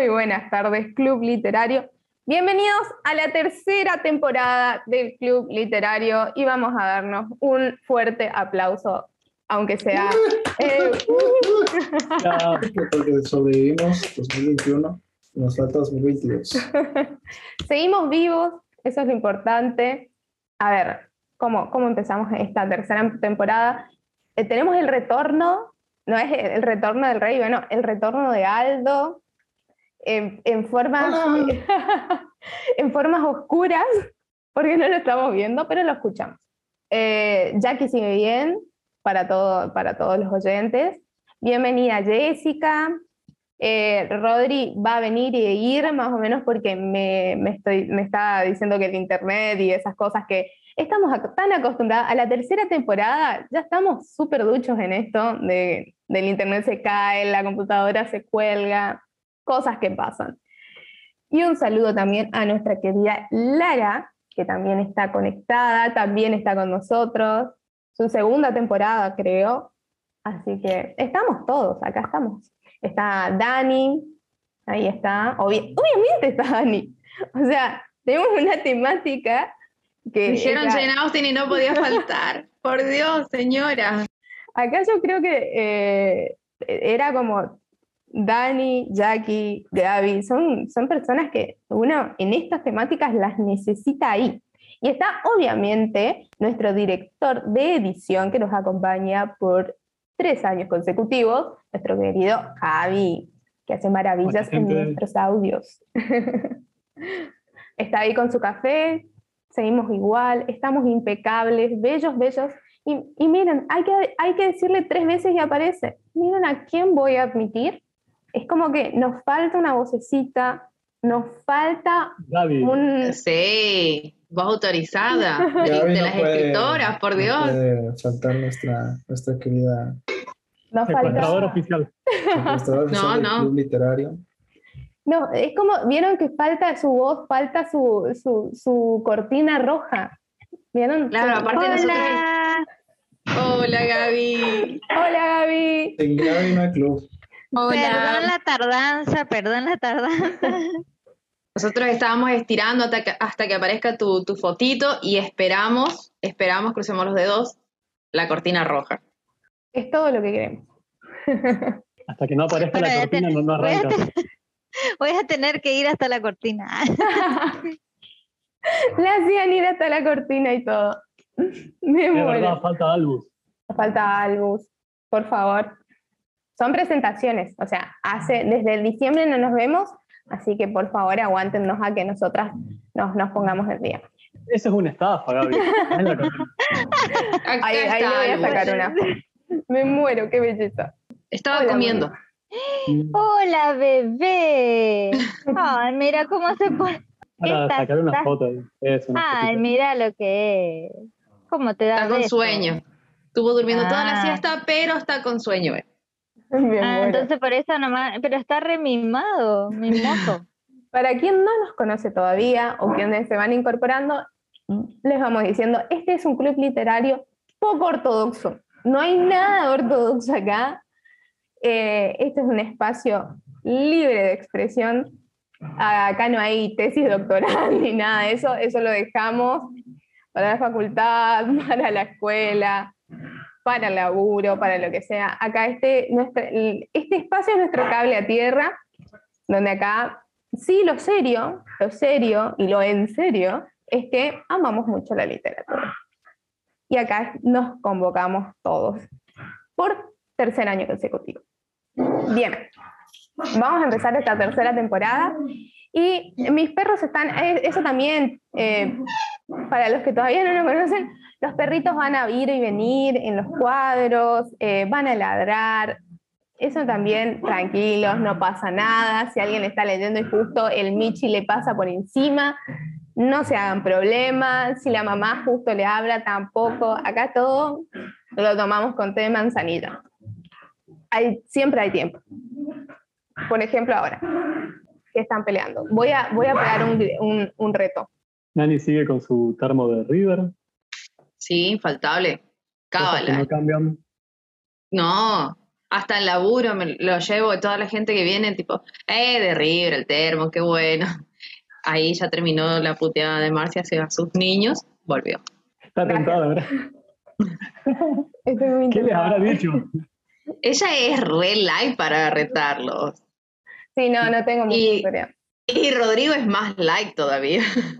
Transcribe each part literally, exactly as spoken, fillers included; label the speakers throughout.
Speaker 1: Muy buenas tardes, Club Literario. Bienvenidos a la tercera temporada del Club Literario y vamos a darnos un fuerte aplauso, aunque sea... Eh,
Speaker 2: Porque sobrevivimos dos mil veintiuno, nos falta dos mil veintidós.
Speaker 1: Seguimos vivos, eso es lo importante. A ver, ¿cómo, cómo empezamos esta tercera temporada? Eh, tenemos el retorno, no es el retorno del rey, bueno, el retorno de Aldo, en, en formas en formas oscuras, porque no lo estamos viendo, pero lo escuchamos. Eh, Jackie sigue bien, para, todo, para todos los oyentes. Bienvenida Jessica. Eh, Rodri va a venir y ir más o menos porque me, me, estoy, me está diciendo que el internet y esas cosas que estamos tan acostumbrados. A la tercera temporada ya estamos súper duchos en esto, de, del internet se cae, la computadora se cuelga, cosas que pasan. Y un saludo también a nuestra querida Lara, que también está conectada, también está con nosotros, su segunda temporada creo, así que estamos todos, acá estamos. Está Dani, ahí está, Obvi- obviamente está Dani, o sea, tenemos una temática que...
Speaker 3: Dijeron
Speaker 1: esa...
Speaker 3: Jane Austen y no podía faltar, por Dios, señora.
Speaker 1: Acá yo creo que eh, era como Dani, Jackie, Gaby, son, son personas que uno en estas temáticas las necesita ahí. Y está obviamente nuestro director de edición que nos acompaña por tres años consecutivos, nuestro querido Javi, que hace maravillas en nuestros audios. Está ahí con su café, seguimos igual, estamos impecables, bellos, bellos. Y, y miren, hay que, hay que decirle tres veces y aparece. Miren a quién voy a admitir. Es como que nos falta una vocecita, nos falta
Speaker 4: Gaby.
Speaker 1: un...
Speaker 3: Sí, voz autorizada de,
Speaker 2: Gaby
Speaker 3: de
Speaker 2: no
Speaker 3: las
Speaker 2: puede,
Speaker 3: escritoras, por
Speaker 2: no
Speaker 3: Dios.
Speaker 2: puede faltar nuestra, nuestra querida
Speaker 1: Nos
Speaker 4: Secuestrador
Speaker 1: falta...
Speaker 4: oficial.
Speaker 2: secuestradora oficial
Speaker 3: No,
Speaker 2: del
Speaker 3: no.
Speaker 2: Club Literario.
Speaker 1: No, es como, vieron que falta su voz, falta su, su, su cortina roja. ¿Vieron?
Speaker 3: Claro, aparte
Speaker 5: Hola.
Speaker 3: nosotros... Hola, Gaby.
Speaker 1: Hola, Gaby.
Speaker 2: Sin Gaby no hay club.
Speaker 5: Perdón
Speaker 3: Hola.
Speaker 5: la tardanza, perdón la tardanza.
Speaker 3: Nosotros estábamos estirando hasta que, hasta que aparezca tu, tu fotito y esperamos, esperamos, crucemos los dedos, la cortina roja.
Speaker 1: Es todo lo que queremos.
Speaker 4: Hasta que no aparezca
Speaker 5: Bueno,
Speaker 4: la
Speaker 5: ya
Speaker 4: cortina,
Speaker 5: te-
Speaker 4: no, no
Speaker 5: voy, a
Speaker 4: arranca.
Speaker 5: te- voy a tener que ir hasta la cortina.
Speaker 1: La hacían ir hasta la cortina y todo. Me
Speaker 4: Es
Speaker 1: muero.
Speaker 4: verdad, falta Albus.
Speaker 1: Falta Albus, por favor. Son presentaciones, o sea, hace, desde diciembre no nos vemos, así que por favor aguántennos a que nosotras nos, nos pongamos el día.
Speaker 4: Eso es una estafa, Gaby. Es la cortina.
Speaker 3: Acá
Speaker 1: Ahí, ahí
Speaker 3: está
Speaker 1: le voy a
Speaker 3: Albus.
Speaker 1: sacar una. Me muero, qué belleza.
Speaker 3: Estaba
Speaker 1: Hola,
Speaker 3: comiendo.
Speaker 5: Hola, bebé. Ay, mira cómo se pone.
Speaker 4: Para
Speaker 5: Estás-
Speaker 4: sacar una
Speaker 5: estás-
Speaker 4: foto. Es una
Speaker 5: Ay,
Speaker 4: fotito.
Speaker 5: mira lo que es. ¿Cómo te da
Speaker 3: Está con
Speaker 5: beso?
Speaker 3: sueño. Estuvo durmiendo toda la
Speaker 5: Ah.
Speaker 3: siesta, pero está con sueño. eh.
Speaker 1: Me
Speaker 5: Ah,
Speaker 1: muero.
Speaker 5: entonces por eso nomás, pero está remimado, mimoso.
Speaker 1: Para quien no nos conoce todavía o quienes se van incorporando, les vamos diciendo, este es un club literario poco ortodoxo. No hay nada ortodoxo acá. Eh, este es un espacio libre de expresión. Acá no hay tesis doctoral ni nada de eso. Eso lo dejamos para la facultad, para la escuela, para el laburo, para lo que sea. Acá este, nuestro, este espacio es nuestro cable a tierra, donde acá sí lo serio, lo serio y lo en serio es que amamos mucho la literatura. Y acá nos convocamos todos por tercer año consecutivo. Bien, vamos a empezar esta tercera temporada y mis perros están, eso también, eh, para los que todavía no lo conocen, los perritos van a ir y venir en los cuadros, eh, van a ladrar. Eso también, tranquilos, no pasa nada. Si alguien está leyendo y justo el Michi le pasa por encima, no se hagan problemas. Si la mamá justo le habla, tampoco. Acá todo lo tomamos con té de manzanilla. Hay, siempre hay tiempo. Por ejemplo, ahora, que están peleando. Voy a, voy a pegar un, un, un reto.
Speaker 4: Nani sigue con su termo de River.
Speaker 3: Sí, infaltable.
Speaker 4: Cosas que
Speaker 3: Cábala.
Speaker 4: no cambian.
Speaker 3: No, Hasta el laburo me lo llevo y toda la gente que viene, tipo, eh, de River, el termo, qué bueno. Ahí ya terminó la puteada de Marcia hacia sus niños, volvió.
Speaker 4: Está tentada, ¿verdad?
Speaker 1: Estoy muy
Speaker 4: ¿Qué les habrá
Speaker 1: interesada.
Speaker 4: dicho?
Speaker 3: Ella es re light para retarlos.
Speaker 1: Sí, no, no tengo mucha
Speaker 3: Y,
Speaker 1: historia.
Speaker 3: y Rodrigo es más light todavía.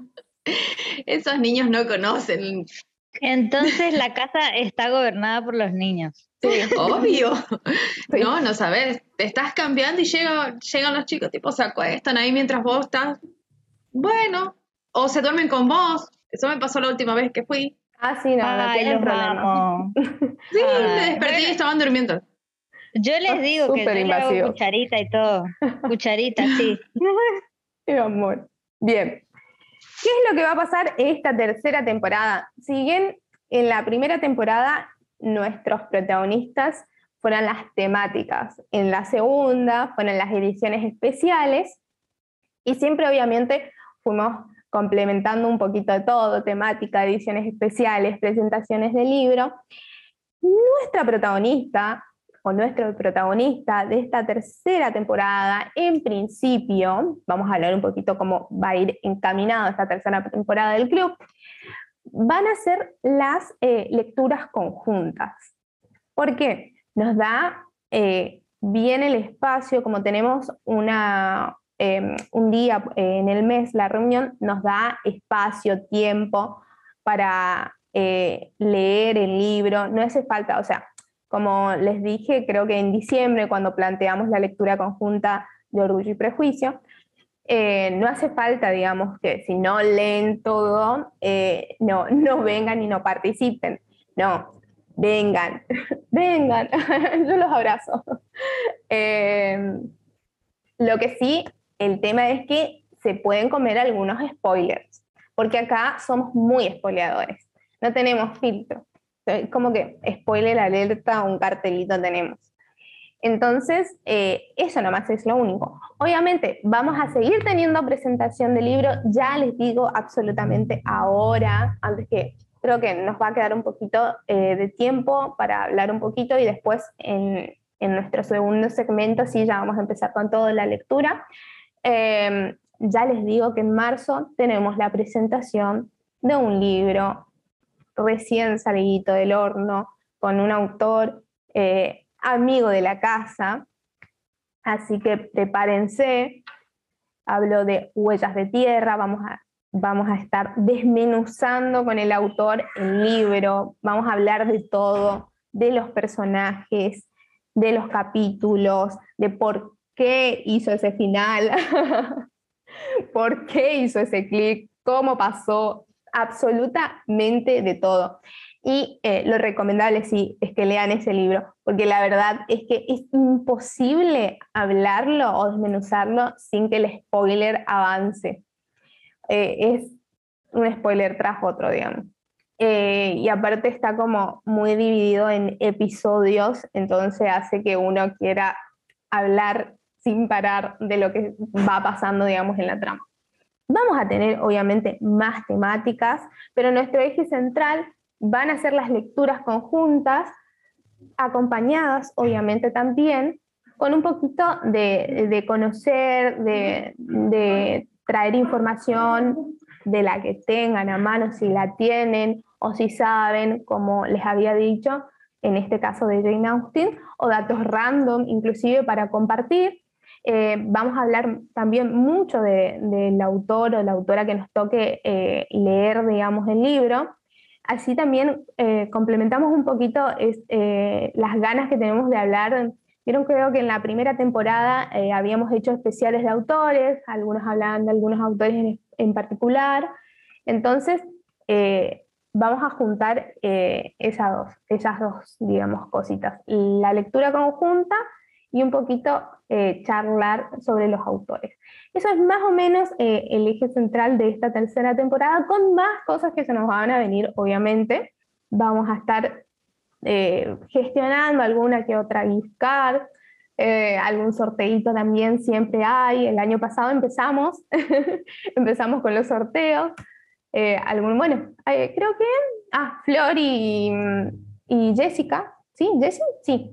Speaker 3: Esos niños no conocen,
Speaker 5: Entonces la casa está gobernada por los niños.
Speaker 1: Sí,
Speaker 3: obvio.
Speaker 1: sí.
Speaker 3: No, no sabes. Te estás cambiando y llega, llegan los chicos, tipo, se acuestan ahí mientras vos estás. Bueno, o se duermen con vos. Eso me pasó la última vez que fui.
Speaker 1: Ah, sí, no, no
Speaker 5: Ay,
Speaker 1: tengo
Speaker 5: los
Speaker 1: problema.
Speaker 5: amo.
Speaker 3: Sí, me
Speaker 5: Ay,
Speaker 3: desperté y
Speaker 5: bueno,
Speaker 3: estaban durmiendo.
Speaker 5: yo les
Speaker 1: Ah,
Speaker 5: digo que yo
Speaker 1: súper
Speaker 5: le hago
Speaker 1: invasivo.
Speaker 5: cucharita y todo. Cucharita, sí.
Speaker 1: Qué amor. Bien. ¿Qué es lo que va a pasar esta tercera temporada? Si bien en la primera temporada nuestros protagonistas fueron las temáticas, en la segunda fueron las ediciones especiales y siempre obviamente fuimos complementando un poquito de todo, temática, ediciones especiales, presentaciones de libro. Nuestra protagonista o nuestro protagonista de esta tercera temporada, en principio, vamos a hablar un poquito cómo va a ir encaminado esta tercera temporada del club, van a ser las eh, lecturas conjuntas. ¿Por qué? Nos da eh, bien el espacio, como tenemos una, eh, un día eh, en el mes, la reunión nos da espacio, tiempo para eh, leer el libro, no hace falta, o sea, como les dije, creo que en diciembre, cuando planteamos la lectura conjunta de Orgullo y Prejuicio, eh, no hace falta, digamos, que si no leen todo, eh, no, no vengan y no participen. No, vengan, vengan, yo los abrazo. Eh, lo que sí, el tema es que se pueden comer algunos spoilers, porque acá somos muy spoileadores, no tenemos filtro. Como que spoiler alerta, un cartelito tenemos. Entonces, eh, eso nomás es lo único. Obviamente, vamos a seguir teniendo presentación de libro, ya les digo absolutamente ahora, antes que creo que nos va a quedar un poquito eh, de tiempo para hablar un poquito y después en, en nuestro segundo segmento sí ya vamos a empezar con toda la lectura. Eh, ya les digo que en marzo tenemos la presentación de un libro recién salidito del horno, con un autor eh, amigo de la casa, así que prepárense. Hablo de Huellas de Tierra, vamos a, vamos a estar desmenuzando con el autor el libro, vamos a hablar de todo, de los personajes, de los capítulos, de por qué hizo ese final, por qué hizo ese clic, cómo pasó, absolutamente de todo. Y eh, lo recomendable sí es que lean ese libro, porque la verdad es que es imposible hablarlo o desmenuzarlo sin que el spoiler avance. Eh, es un spoiler tras otro, digamos. Eh, y aparte está como muy dividido en episodios, entonces hace que uno quiera hablar sin parar de lo que va pasando, digamos, en la trama. Vamos a tener, obviamente, más temáticas, pero nuestro eje central van a ser las lecturas conjuntas, acompañadas, obviamente, también, con un poquito de, de conocer, de, de traer información de la que tengan a mano, si la tienen o si saben, como les había dicho, en este caso de Jane Austen, o datos random, inclusive para compartir. Eh, vamos a hablar también mucho de, del autor o la autora que nos toque eh, leer, digamos, el libro. Así también eh, complementamos un poquito es, eh, las ganas que tenemos de hablar. Vieron, creo que en la primera temporada eh, habíamos hecho especiales de autores, algunos hablaban de algunos autores en, en particular. Entonces, eh, vamos a juntar eh, esas dos, esas dos, digamos, cositas. La lectura conjunta y un poquito eh, charlar sobre los autores. Eso es más o menos eh, el eje central de esta tercera temporada, con más cosas que se nos van a venir, obviamente. Vamos a estar eh, gestionando alguna que otra gift card, eh, algún sorteito también siempre hay. El año pasado empezamos, empezamos con los sorteos. Eh, algún, bueno, eh, creo que, ah, Flor y, y Jessica, ¿sí? ¿Jessie? Sí.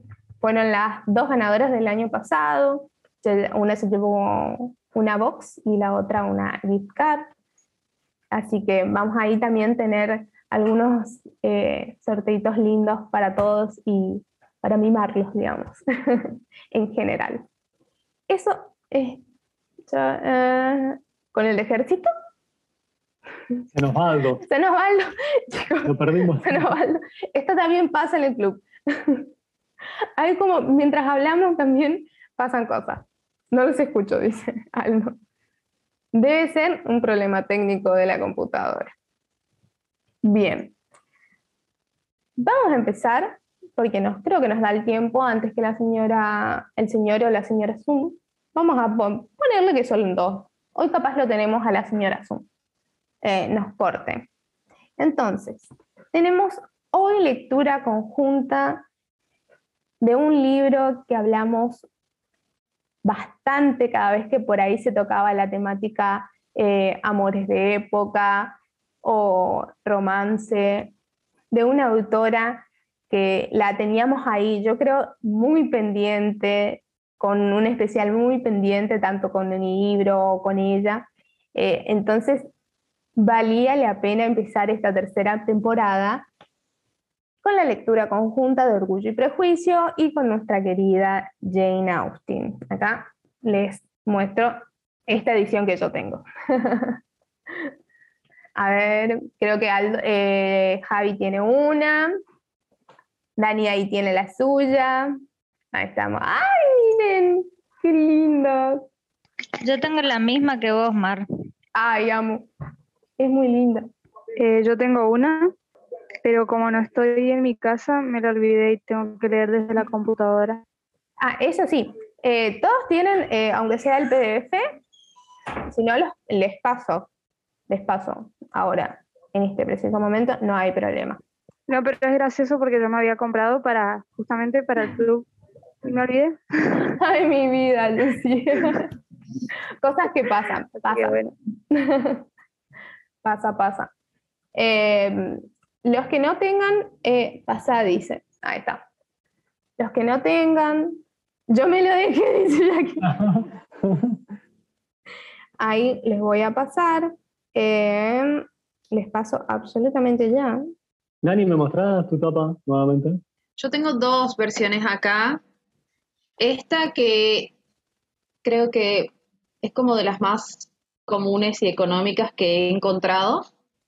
Speaker 1: fueron las dos ganadoras del año pasado. Una se llevó una box y la otra una gift card. Así que vamos ahí también a tener algunos eh, sorteitos lindos para todos y para mimarlos, digamos, en general. Eso es ya, eh, con el ejército.
Speaker 4: Se nos va algo.
Speaker 1: Se nos va algo, chicos.
Speaker 4: Lo perdimos.
Speaker 1: Se nos va algo. Esto también pasa en el club. Hay como, mientras hablamos también pasan cosas. No los escucho, dice Aldo. Debe ser un problema técnico de la computadora. Bien. Vamos a empezar, porque nos, creo que nos da el tiempo antes que la señora, el señor o la señora Zoom. Vamos a ponerle que son dos. Hoy capaz lo tenemos a la señora Zoom. Eh, nos corte. Entonces, tenemos hoy lectura conjunta de un libro que hablamos bastante cada vez que por ahí se tocaba la temática eh, amores de época o romance, de una autora que la teníamos ahí, yo creo, muy pendiente, con un especial muy pendiente, tanto con el libro o con ella. Eh, entonces, valía la pena empezar esta tercera temporada con la lectura conjunta de Orgullo y Prejuicio y con nuestra querida Jane Austen. Acá les muestro esta edición que yo tengo. A ver, creo que Aldo, eh, Javi tiene una, Dani ahí tiene la suya. Ahí estamos. ¡Ay, miren! ¡Qué lindo!
Speaker 5: Yo tengo la misma que vos, Mar.
Speaker 1: ¡Ay, amo! Es muy linda.
Speaker 6: Eh, yo tengo una, pero como no estoy en mi casa, me la olvidé y tengo que leer desde la computadora.
Speaker 1: Ah, eso sí, eh, todos tienen, eh, aunque sea el P D F, si no, los, les paso, les paso ahora, en este preciso momento, no hay problema.
Speaker 6: No, pero es gracioso porque yo me había comprado para, justamente para el club, y me olvidé.
Speaker 1: Ay, mi vida, Lucía. Cosas que pasan,
Speaker 6: Así que
Speaker 1: pasan.
Speaker 6: bueno.
Speaker 1: Pasa, pasa. Eh, los que no tengan, eh, pasa, dice, ahí está. Los que no tengan, yo me lo dejé, dice Jackie. Ahí les voy a pasar. Eh, les paso absolutamente ya.
Speaker 4: Dani, ¿me mostrás tu tapa nuevamente?
Speaker 3: Yo tengo dos versiones acá. Esta que creo que es como de las más comunes y económicas que he encontrado.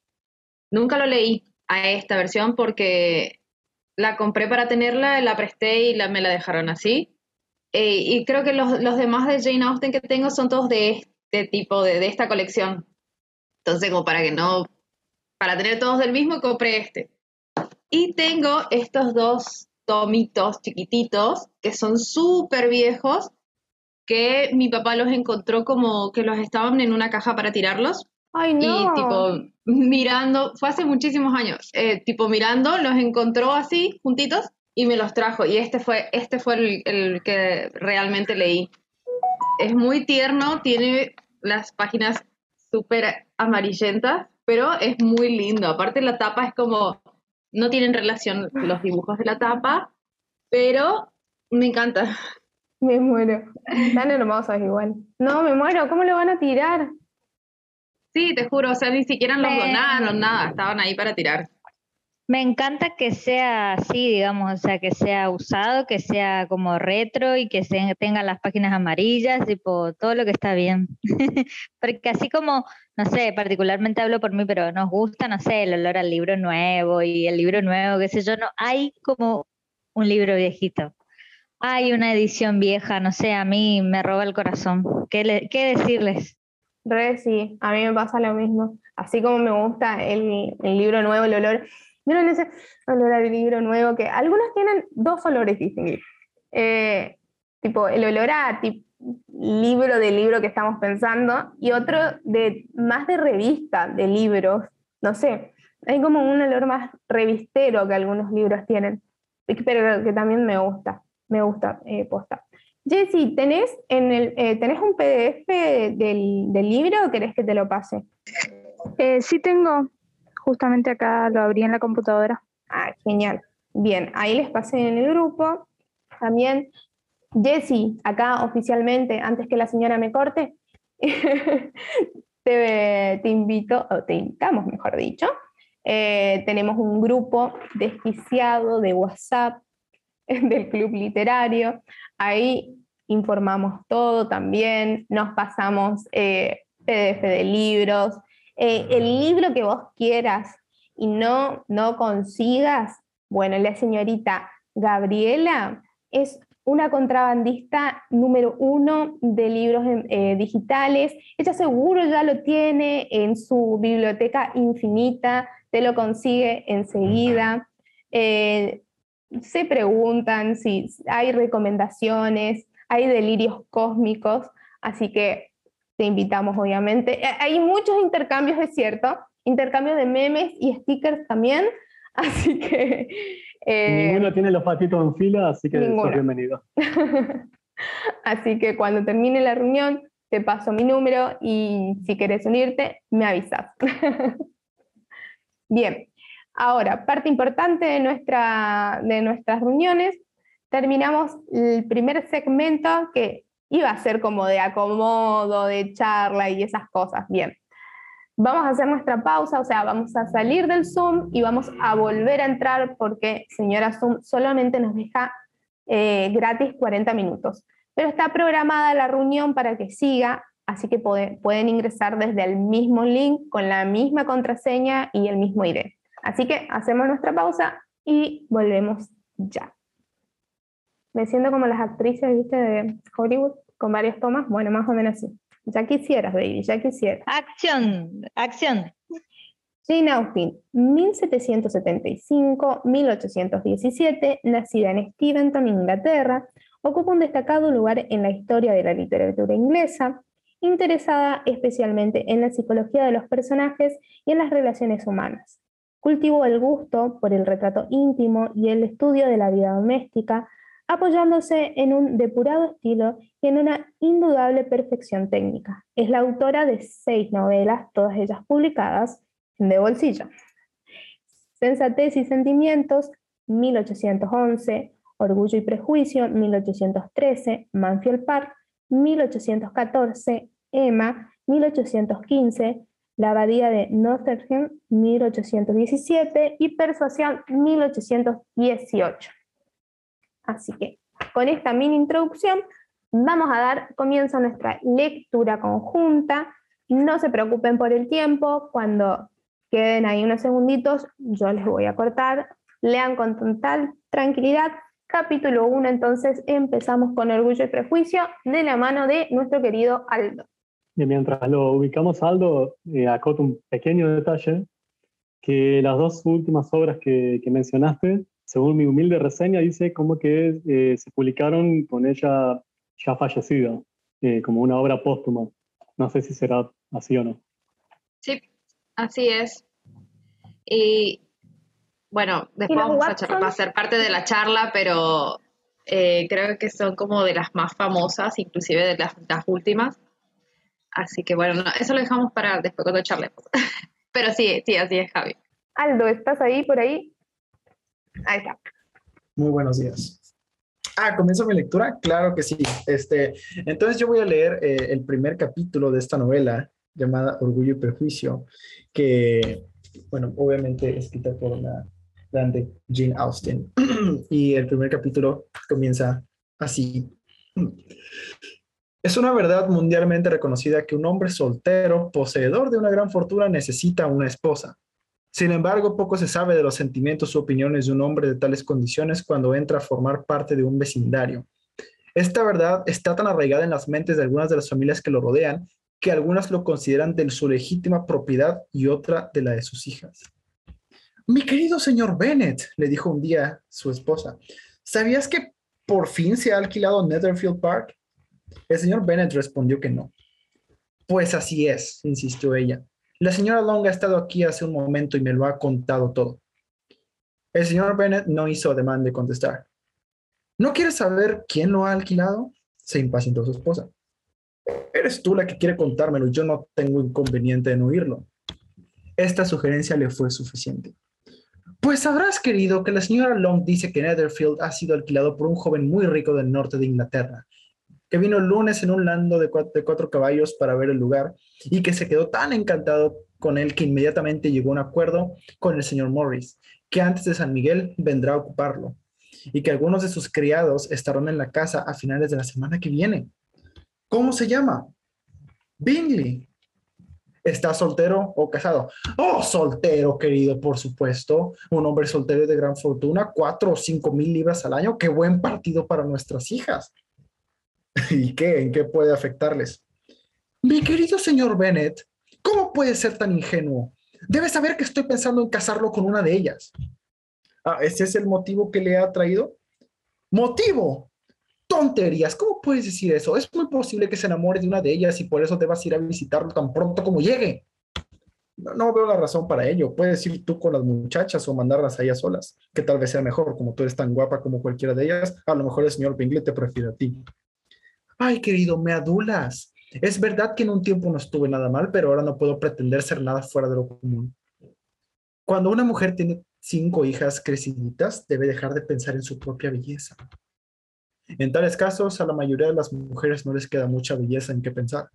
Speaker 3: Nunca lo leí a esta versión porque la compré para tenerla, la presté y la, me la dejaron así. Eh, y creo que los, los demás de Jane Austen que tengo son todos de este tipo, de, de esta colección. Entonces, como para que no, para tener todos del mismo, compré este. Y tengo estos dos tomitos chiquititos que son súper viejos, que mi papá los encontró como que los estaban en una caja para tirarlos.
Speaker 1: Ay, no.
Speaker 3: Y tipo, mirando, fue hace muchísimos años, eh, tipo mirando, los encontró así, juntitos, y me los trajo. Y este fue, este fue el, el que realmente leí. Es muy tierno, tiene las páginas súper amarillentas, pero es muy lindo. Aparte la tapa es como, no tienen relación los dibujos de la tapa, pero me encanta.
Speaker 1: Me muero. Tan hermosos igual. No, me muero. ¿Cómo lo van a tirar?
Speaker 3: Sí, te juro, o sea, ni siquiera los
Speaker 5: Me-
Speaker 3: donaron, nada, estaban ahí para tirar.
Speaker 5: Me encanta que sea así, digamos, o sea, que sea usado, que sea como retro y que se, tenga las páginas amarillas, tipo, todo lo que está bien. Porque así como, no sé, particularmente hablo por mí, pero nos gusta, no sé, el olor al libro nuevo y el libro nuevo, qué sé yo, no, hay como un libro viejito. Hay una edición vieja, no sé, a mí me roba el corazón. ¿Qué, le- qué decirles?
Speaker 1: Re, sí, a mí me pasa lo mismo. Así como me gusta el, el libro nuevo, el olor. ¿Vieron ese olor al libro nuevo? Que algunos tienen dos olores distintos. Eh, tipo, el olor a tip- libro de libro que estamos pensando y otro de más de revista de libros. No sé, hay como un olor más revistero que algunos libros tienen, pero que también me gusta, me gusta, eh, posta. Jessy, ¿tenés, en el, eh, ¿tenés un P D F del, del libro o querés que te lo pase?
Speaker 6: Eh, sí tengo, justamente acá lo abrí en la computadora.
Speaker 1: Ah, genial. Bien, ahí les pasé en el grupo. también. Jessy, acá oficialmente, antes que la señora me corte, te, te invito, o te invitamos, mejor dicho. Eh, tenemos un grupo desquiciado de WhatsApp del Club Literario. Ahí informamos todo también, nos pasamos eh, P D F de libros, eh, el libro que vos quieras y no, no consigas. Bueno, la señorita Gabriela es una contrabandista número uno de libros eh, digitales. Ella seguro ya lo tiene en su biblioteca infinita, te lo consigue enseguida. Eh, se preguntan si hay recomendaciones, hay delirios cósmicos, así que te invitamos obviamente. Hay muchos intercambios, es cierto, intercambios de memes y stickers también, así que...
Speaker 4: Eh, ninguno tiene los patitos en fila, así que sos bienvenido.
Speaker 1: Así que cuando termine la reunión, te paso mi número y si querés unirte, me avisas. Bien, ahora, parte importante de, nuestra, de nuestras reuniones, terminamos el primer segmento que iba a ser como de acomodo, de charla y esas cosas. Bien. Vamos a hacer nuestra pausa, o sea, vamos a salir del Zoom y vamos a volver a entrar porque señora Zoom solamente nos deja eh, gratis cuarenta minutos. Pero está programada la reunión para que siga, así que puede, pueden ingresar desde el mismo link con la misma contraseña y el mismo I D. Así que hacemos nuestra pausa y volvemos ya. Me siento como las actrices, ¿viste? De Hollywood, con varias tomas. Bueno, más o menos así. Ya quisieras, baby, ya quisieras.
Speaker 5: Acción, acción.
Speaker 1: Jane Austen, mil setecientos setenta y cinco a mil ochocientos diecisiete, nacida en Steventon, Inglaterra, ocupa un destacado lugar en la historia de la literatura inglesa, interesada especialmente en la psicología de los personajes y en las relaciones humanas. Cultivó el gusto por el retrato íntimo y el estudio de la vida doméstica, apoyándose en un depurado estilo y en una indudable perfección técnica. Es la autora de seis novelas, todas ellas publicadas de bolsillo. Sensatez y sentimientos, mil ochocientos once, Orgullo y prejuicio, mil ochocientos trece, Mansfield Park, mil ochocientos catorce, Emma, mil ochocientos quince, La abadía de Nottingham, mil ochocientos diecisiete y Persuasión, mil ochocientos dieciocho. Así que con esta mini introducción vamos a dar comienzo a nuestra lectura conjunta. No se preocupen por el tiempo, cuando queden ahí unos segunditos yo les voy a cortar. Lean con total tranquilidad. Capítulo uno, entonces empezamos con Orgullo y Prejuicio de la mano de nuestro querido Aldo.
Speaker 4: Y mientras lo ubicamos, Aldo, eh, acoto un pequeño detalle, que las dos últimas obras que, que mencionaste, según mi humilde reseña, dice como que eh, se publicaron con ella ya fallecida, eh, como una obra póstuma. No sé si será así o no.
Speaker 3: Sí, así es. Y bueno, después vamos a, charlar, va a ser parte de la charla, pero eh, creo que son como de las más famosas, inclusive de las, las últimas. Así que bueno, no, eso lo dejamos para después cuando charlemos. Pero sí, sí, así es, Javi.
Speaker 1: Aldo, ¿estás ahí, por ahí? Ahí está.
Speaker 2: Muy buenos días. Ah, ¿comienzo mi lectura? Claro que sí. Este, entonces yo voy a leer eh, el primer capítulo de esta novela llamada Orgullo y Prejuicio, que, bueno, obviamente escrita por la grande Jane Austen. Y el primer capítulo comienza así. Es una verdad mundialmente reconocida que un hombre soltero, poseedor de una gran fortuna, necesita una esposa. Sin embargo, poco se sabe de los sentimientos u opiniones de un hombre de tales condiciones cuando entra a formar parte de un vecindario. Esta verdad está tan arraigada en las mentes de algunas de las familias que lo rodean que algunas lo consideran de su legítima propiedad y otra de la de sus hijas. Mi querido señor Bennet, le dijo un día su esposa, ¿sabías que por fin se ha alquilado Netherfield Park? El señor Bennet respondió que no. Pues así es, insistió ella. La señora Long ha estado aquí hace un momento y me lo ha contado todo. El señor Bennet no hizo ademán de contestar. ¿No quieres saber quién lo ha alquilado? Se impacientó su esposa. Eres tú la que quiere contármelo, yo no tengo inconveniente en oírlo. Esta sugerencia le fue suficiente. Pues sabrás, querido, que la señora Long dice que Netherfield ha sido alquilado por un joven muy rico del norte de Inglaterra, que vino el lunes en un lando de cuatro, de cuatro caballos para ver el lugar y que se quedó tan encantado con él que inmediatamente llegó a un acuerdo con el señor Morris, que antes de San Miguel vendrá a ocuparlo y que algunos de sus criados estarán en la casa a finales de la semana que viene. ¿Cómo se llama? Bingley. ¿Está soltero o casado? Oh, soltero, querido, por supuesto. Un hombre soltero y de gran fortuna, cuatro o cinco mil libras al año. ¡Qué buen partido para nuestras hijas! ¿Y qué? ¿En qué puede afectarles? Mi querido señor Bennet, ¿cómo puede ser tan ingenuo? Debe saber que estoy pensando en casarlo con una de ellas. Ah, ¿ese es el motivo que le ha traído? ¿Motivo? Tonterías, ¿cómo puedes decir eso? Es muy posible que se enamore de una de ellas y por eso debas ir a visitarlo tan pronto como llegue. No, no veo la razón para ello. Puedes ir tú con las muchachas o mandarlas a ellas solas, que tal vez sea mejor, como tú eres tan guapa como cualquiera de ellas, a lo mejor el señor Bingley te prefiere a ti. Ay, querido, me adulas. Es verdad que en un tiempo no estuve nada mal, pero ahora no puedo pretender ser nada fuera de lo común. Cuando una mujer tiene cinco hijas creciditas, debe dejar de pensar en su propia belleza. En tales casos, a la mayoría de las mujeres no les queda mucha belleza en qué pensar.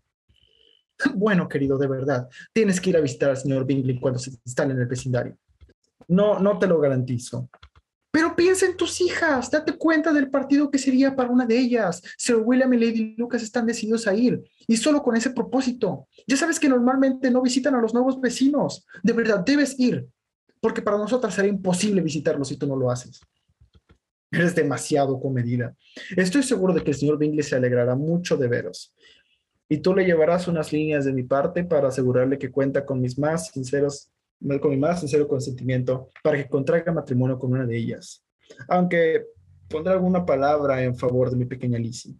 Speaker 2: Bueno, querido, de verdad, tienes que ir a visitar al señor Bingley cuando se instale en el vecindario. No, no te lo garantizo. Pero piensa en tus hijas, date cuenta del partido que sería para una de ellas. Sir William y Lady Lucas están decididos a ir, y solo con ese propósito. Ya sabes que normalmente no visitan a los nuevos vecinos. De verdad, debes ir, porque para nosotras será imposible visitarlos si tú no lo haces. Eres demasiado comedida. Estoy seguro de que el señor Bingley se alegrará mucho de veros. Y tú le llevarás unas líneas de mi parte para asegurarle que cuenta con mis más sinceros, con mi más sincero consentimiento para que contraiga matrimonio con una de ellas. Aunque pondré alguna palabra en favor de mi pequeña Lizzie.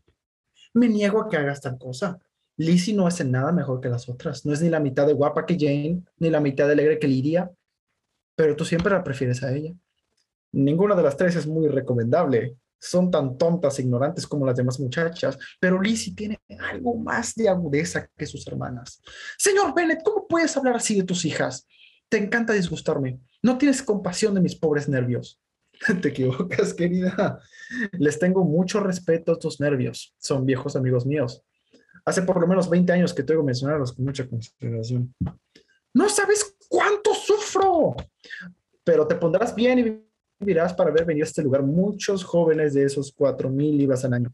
Speaker 2: Me niego a que hagas tal cosa. Lizzie no es en nada mejor que las otras. No es ni la mitad de guapa que Jane, ni la mitad de alegre que Lydia. Pero tú siempre la prefieres a ella. Ninguna de las tres es muy recomendable. Son tan tontas e ignorantes como las demás muchachas, pero Lizzie tiene algo más de agudeza que sus hermanas. Señor Bennet, ¿cómo puedes hablar así de tus hijas? Te encanta disgustarme. No tienes compasión de mis pobres nervios. Te equivocas, querida. Les tengo mucho respeto a tus nervios. Son viejos amigos míos. Hace por lo menos veinte años que te oigo mencionarlos con mucha consideración. No sabes cuánto sufro, pero te pondrás bien y vivirás para ver venir a este lugar muchos jóvenes de esos cuatro mil libras al año.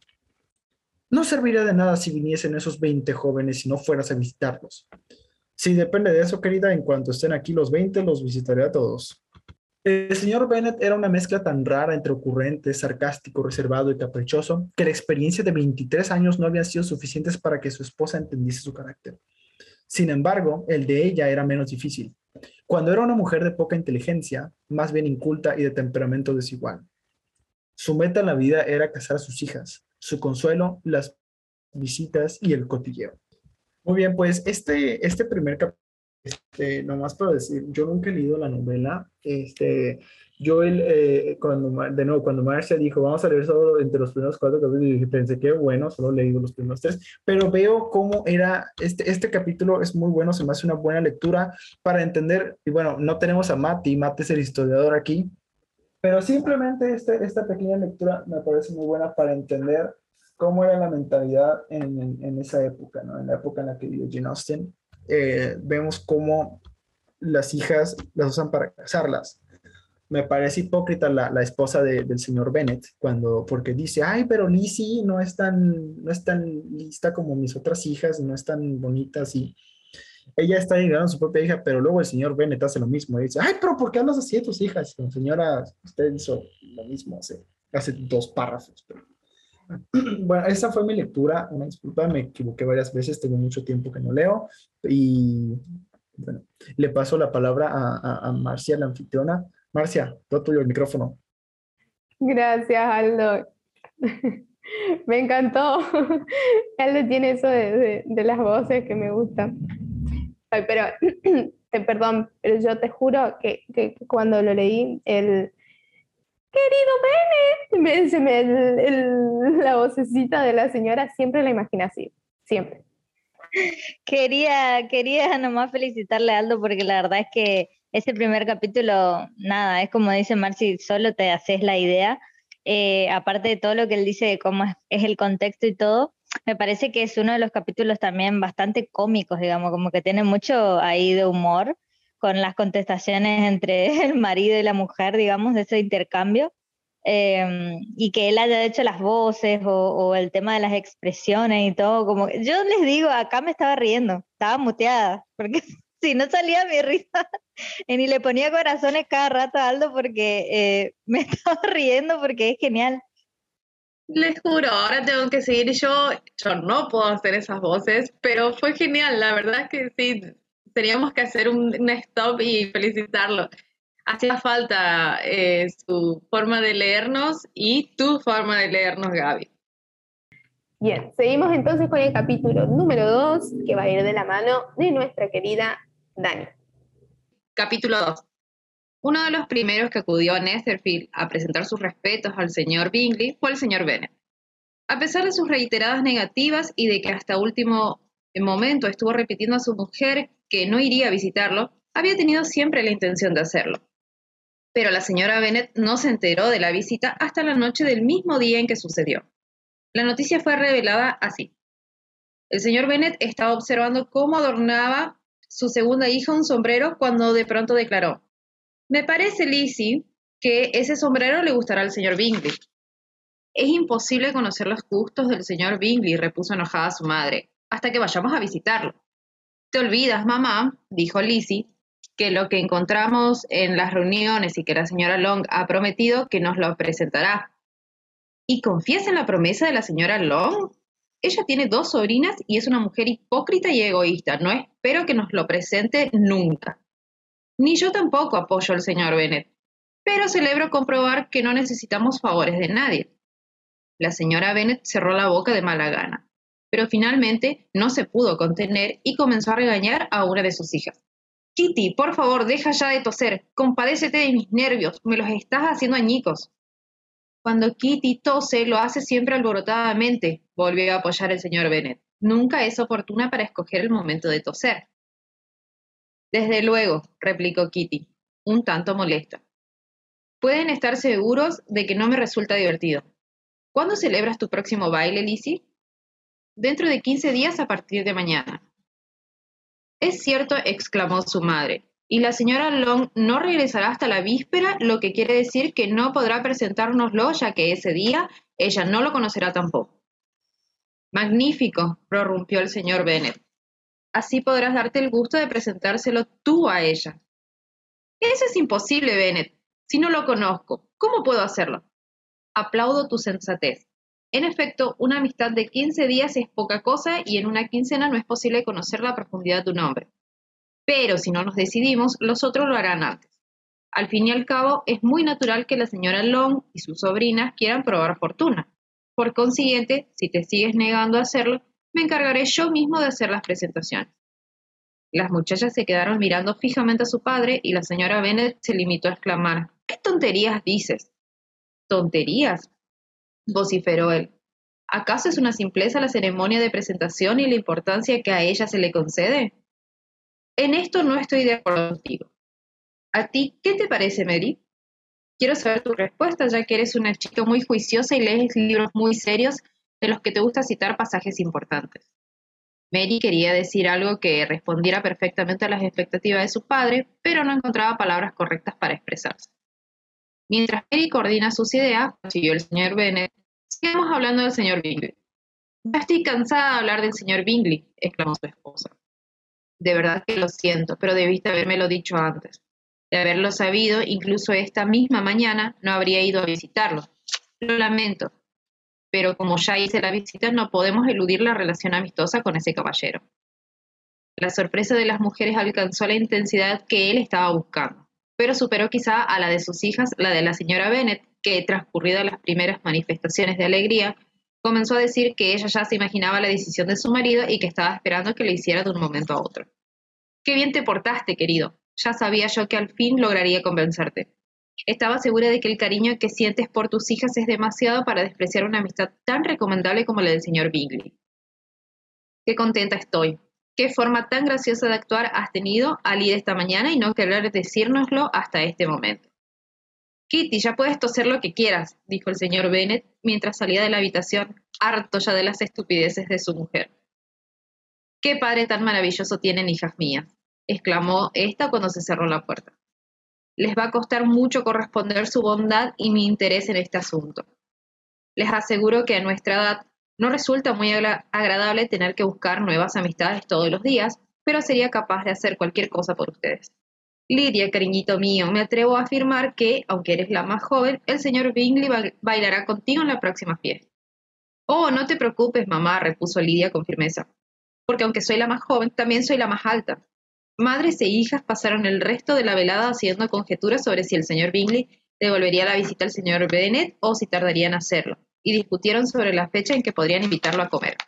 Speaker 2: No serviría de nada si viniesen esos veinte jóvenes y no fueras a visitarlos. Sí, depende de eso, querida. En cuanto estén aquí los veinte, los visitaré a todos. El señor Bennet era una mezcla tan rara entre ocurrente, sarcástico, reservado y caprichoso que la experiencia de veintitrés años no había sido suficientes para que su esposa entendiese su carácter. Sin embargo, el de ella era menos difícil. Cuando era una mujer de poca inteligencia, más bien inculta y de temperamento desigual. Su meta en la vida era casar a sus hijas, su consuelo, las visitas y el cotilleo. Muy bien, pues este, este primer capítulo, este, nomás para decir, yo nunca he leído la novela. Este, yo, el, eh, cuando, de nuevo, cuando Marcia dijo, vamos a leer solo entre los primeros cuatro capítulos, y pensé que bueno, solo he leído los primeros tres, pero veo cómo era, este, este capítulo es muy bueno, se me hace una buena lectura para entender, y bueno, no tenemos a Mati, Mati es el historiador aquí, pero simplemente este, esta pequeña lectura me parece muy buena para entender cómo era la mentalidad en, en, en esa época, ¿no? En la época en la que vivió Jane Austen. Eh, vemos cómo las hijas las usan para casarlas. Me parece hipócrita la, la esposa de, del señor Bennet, cuando, porque dice, ay, pero Lizzie no es, tan, no es tan lista como mis otras hijas, no es tan bonita así. Ella está llegando a su propia hija, pero luego el señor Bennet hace lo mismo. Y dice, ay, pero ¿por qué hablas así de tus hijas? No, señora, usted hizo lo mismo hace, hace dos párrafos. Pero... Bueno, esa fue mi lectura. Una disculpa, me equivoqué varias veces, tengo mucho tiempo que no leo. Y bueno, le paso la palabra a, a, a Marcia, la anfitriona. Marcia, todo tuyo el micrófono.
Speaker 1: Gracias, Aldo. Me encantó. Aldo tiene eso de, de, de las voces que me gustan. Ay, pero, te, perdón, pero yo te juro que, que cuando lo leí, el querido Bennet, se me, el, el, la vocecita de la señora siempre la imaginé así, siempre.
Speaker 5: Quería, quería nomás felicitarle a Aldo porque la verdad es que ese primer capítulo, nada, es como dice Marci, solo te haces la idea. Eh, aparte de todo lo que él dice de cómo es, es el contexto y todo, me parece que es uno de los capítulos también bastante cómicos, digamos, como que tiene mucho ahí de humor con las contestaciones entre el marido y la mujer, digamos, de ese intercambio. Eh, y que él haya hecho las voces o, o el tema de las expresiones y todo, como que yo les digo, acá me estaba riendo, estaba muteada, porque si no salía mi risa, y ni le ponía corazones cada rato a Aldo porque eh, me estaba riendo porque es genial.
Speaker 3: Les juro, ahora tengo que seguir yo, yo no puedo hacer esas voces, pero fue genial, la verdad es que sí, teníamos que hacer un, un stop y felicitarlo. Hacía falta eh, su forma de leernos y tu forma de leernos, Gaby.
Speaker 1: Bien, seguimos entonces con el capítulo número dos, que va a ir de la mano de nuestra querida Dani.
Speaker 3: Capítulo dos. Uno de los primeros que acudió a Netherfield a presentar sus respetos al señor Bingley fue el señor Bennet. A pesar de sus reiteradas negativas y de que hasta último momento estuvo repitiendo a su mujer que no iría a visitarlo, había tenido siempre la intención de hacerlo. Pero la señora Bennet no se enteró de la visita hasta la noche del mismo día en que sucedió. La noticia fue revelada así. El señor Bennet estaba observando cómo adornaba su segunda hija un sombrero cuando de pronto declaró: «Me parece, Lizzie, que ese sombrero le gustará al señor Bingley». «Es imposible conocer los gustos del señor Bingley», repuso enojada su madre, «hasta que vayamos a visitarlo». «Te olvidas, mamá», dijo Lizzie, «que lo que encontramos en las reuniones y que la señora Long ha prometido que nos lo presentará». «¿Y confías en la promesa de la señora Long? Ella tiene dos sobrinas y es una mujer hipócrita y egoísta. No espero que nos lo presente nunca». «Ni yo tampoco», apoyó el señor Bennet, «pero celebro comprobar que no necesitamos favores de nadie». La señora Bennet cerró la boca de mala gana, pero finalmente no se pudo contener y comenzó a regañar a una de sus hijas. «Kitty, por favor, deja ya de toser, compadécete de mis nervios, me los estás haciendo añicos». «Cuando Kitty tose, lo hace siempre alborotadamente», volvió a apoyar el señor Bennet. «Nunca es oportuna para escoger el momento de toser». «Desde luego», replicó Kitty, un tanto molesta. «Pueden estar seguros de que no me resulta divertido. ¿Cuándo celebras tu próximo baile, Lizzie?» «Dentro de quince días a partir de mañana». «Es cierto», exclamó su madre, «y la señora Long no regresará hasta la víspera, lo que quiere decir que no podrá presentárnoslo, ya que ese día ella no lo conocerá tampoco». «Magnífico», prorrumpió el señor Bennet. «Así podrás darte el gusto de presentárselo tú a ella». «Eso es imposible, Bennet. Si no lo conozco, ¿cómo puedo hacerlo?» «Aplaudo tu sensatez. En efecto, una amistad de quince días es poca cosa y en una quincena no es posible conocer la profundidad de un hombre. Pero si no nos decidimos, los otros lo harán antes. Al fin y al cabo, es muy natural que la señora Long y sus sobrinas quieran probar fortuna. Por consiguiente, si te sigues negando a hacerlo, me encargaré yo mismo de hacer las presentaciones». Las muchachas se quedaron mirando fijamente a su padre y la señora Bennet se limitó a exclamar: «¿Qué tonterías dices?» «¿Tonterías?», vociferó él. «¿Acaso es una simpleza la ceremonia de presentación y la importancia que a ella se le concede?» «En esto no estoy de acuerdo contigo. ¿A ti qué te parece, Mary? Quiero saber tu respuesta, ya que eres una chica muy juiciosa y lees libros muy serios de los que te gusta citar pasajes importantes». Mary quería decir algo que respondiera perfectamente a las expectativas de su padre, pero no encontraba palabras correctas para expresarse. «Mientras Mary coordina sus ideas», prosiguió el señor Bennet, «sigamos hablando del señor Bingley». «Ya estoy cansada de hablar del señor Bingley», exclamó su esposa. «De verdad que lo siento, pero debiste habérmelo dicho antes. De haberlo sabido, incluso esta misma mañana no habría ido a visitarlo. Lo lamento, pero como ya hice la visita, no podemos eludir la relación amistosa con ese caballero». La sorpresa de las mujeres alcanzó la intensidad que él estaba buscando, pero superó quizá a la de sus hijas, la de la señora Bennet, que, transcurridas las primeras manifestaciones de alegría, comenzó a decir que ella ya se imaginaba la decisión de su marido y que estaba esperando que lo hiciera de un momento a otro. «Qué bien te portaste, querido. Ya sabía yo que al fin lograría convencerte. Estaba segura de que el cariño que sientes por tus hijas es demasiado para despreciar una amistad tan recomendable como la del señor Bingley. Qué contenta estoy. ¿Qué forma tan graciosa de actuar has tenido al ir esta mañana y no querer decírnoslo hasta este momento? Kitty, ya puedes toser lo que quieras, dijo el señor Bennet mientras salía de la habitación, harto ya de las estupideces de su mujer. «¡Qué padre tan maravilloso tienen, hijas mías!», exclamó ésta cuando se cerró la puerta. «Les va a costar mucho corresponder su bondad y mi interés en este asunto. Les aseguro que a nuestra edad no resulta muy agra- agradable tener que buscar nuevas amistades todos los días, pero sería capaz de hacer cualquier cosa por ustedes. Lidia, cariñito mío, me atrevo a afirmar que, aunque eres la más joven, el señor Bingley ba- bailará contigo en la próxima fiesta». «Oh, no te preocupes, mamá», repuso Lidia con firmeza, «porque aunque soy la más joven, también soy la más alta». Madres e hijas pasaron el resto de la velada haciendo conjeturas sobre si el señor Bingley devolvería la visita al señor Bennet o si tardaría en hacerlo, y discutieron sobre la fecha en que podrían invitarlo a comer.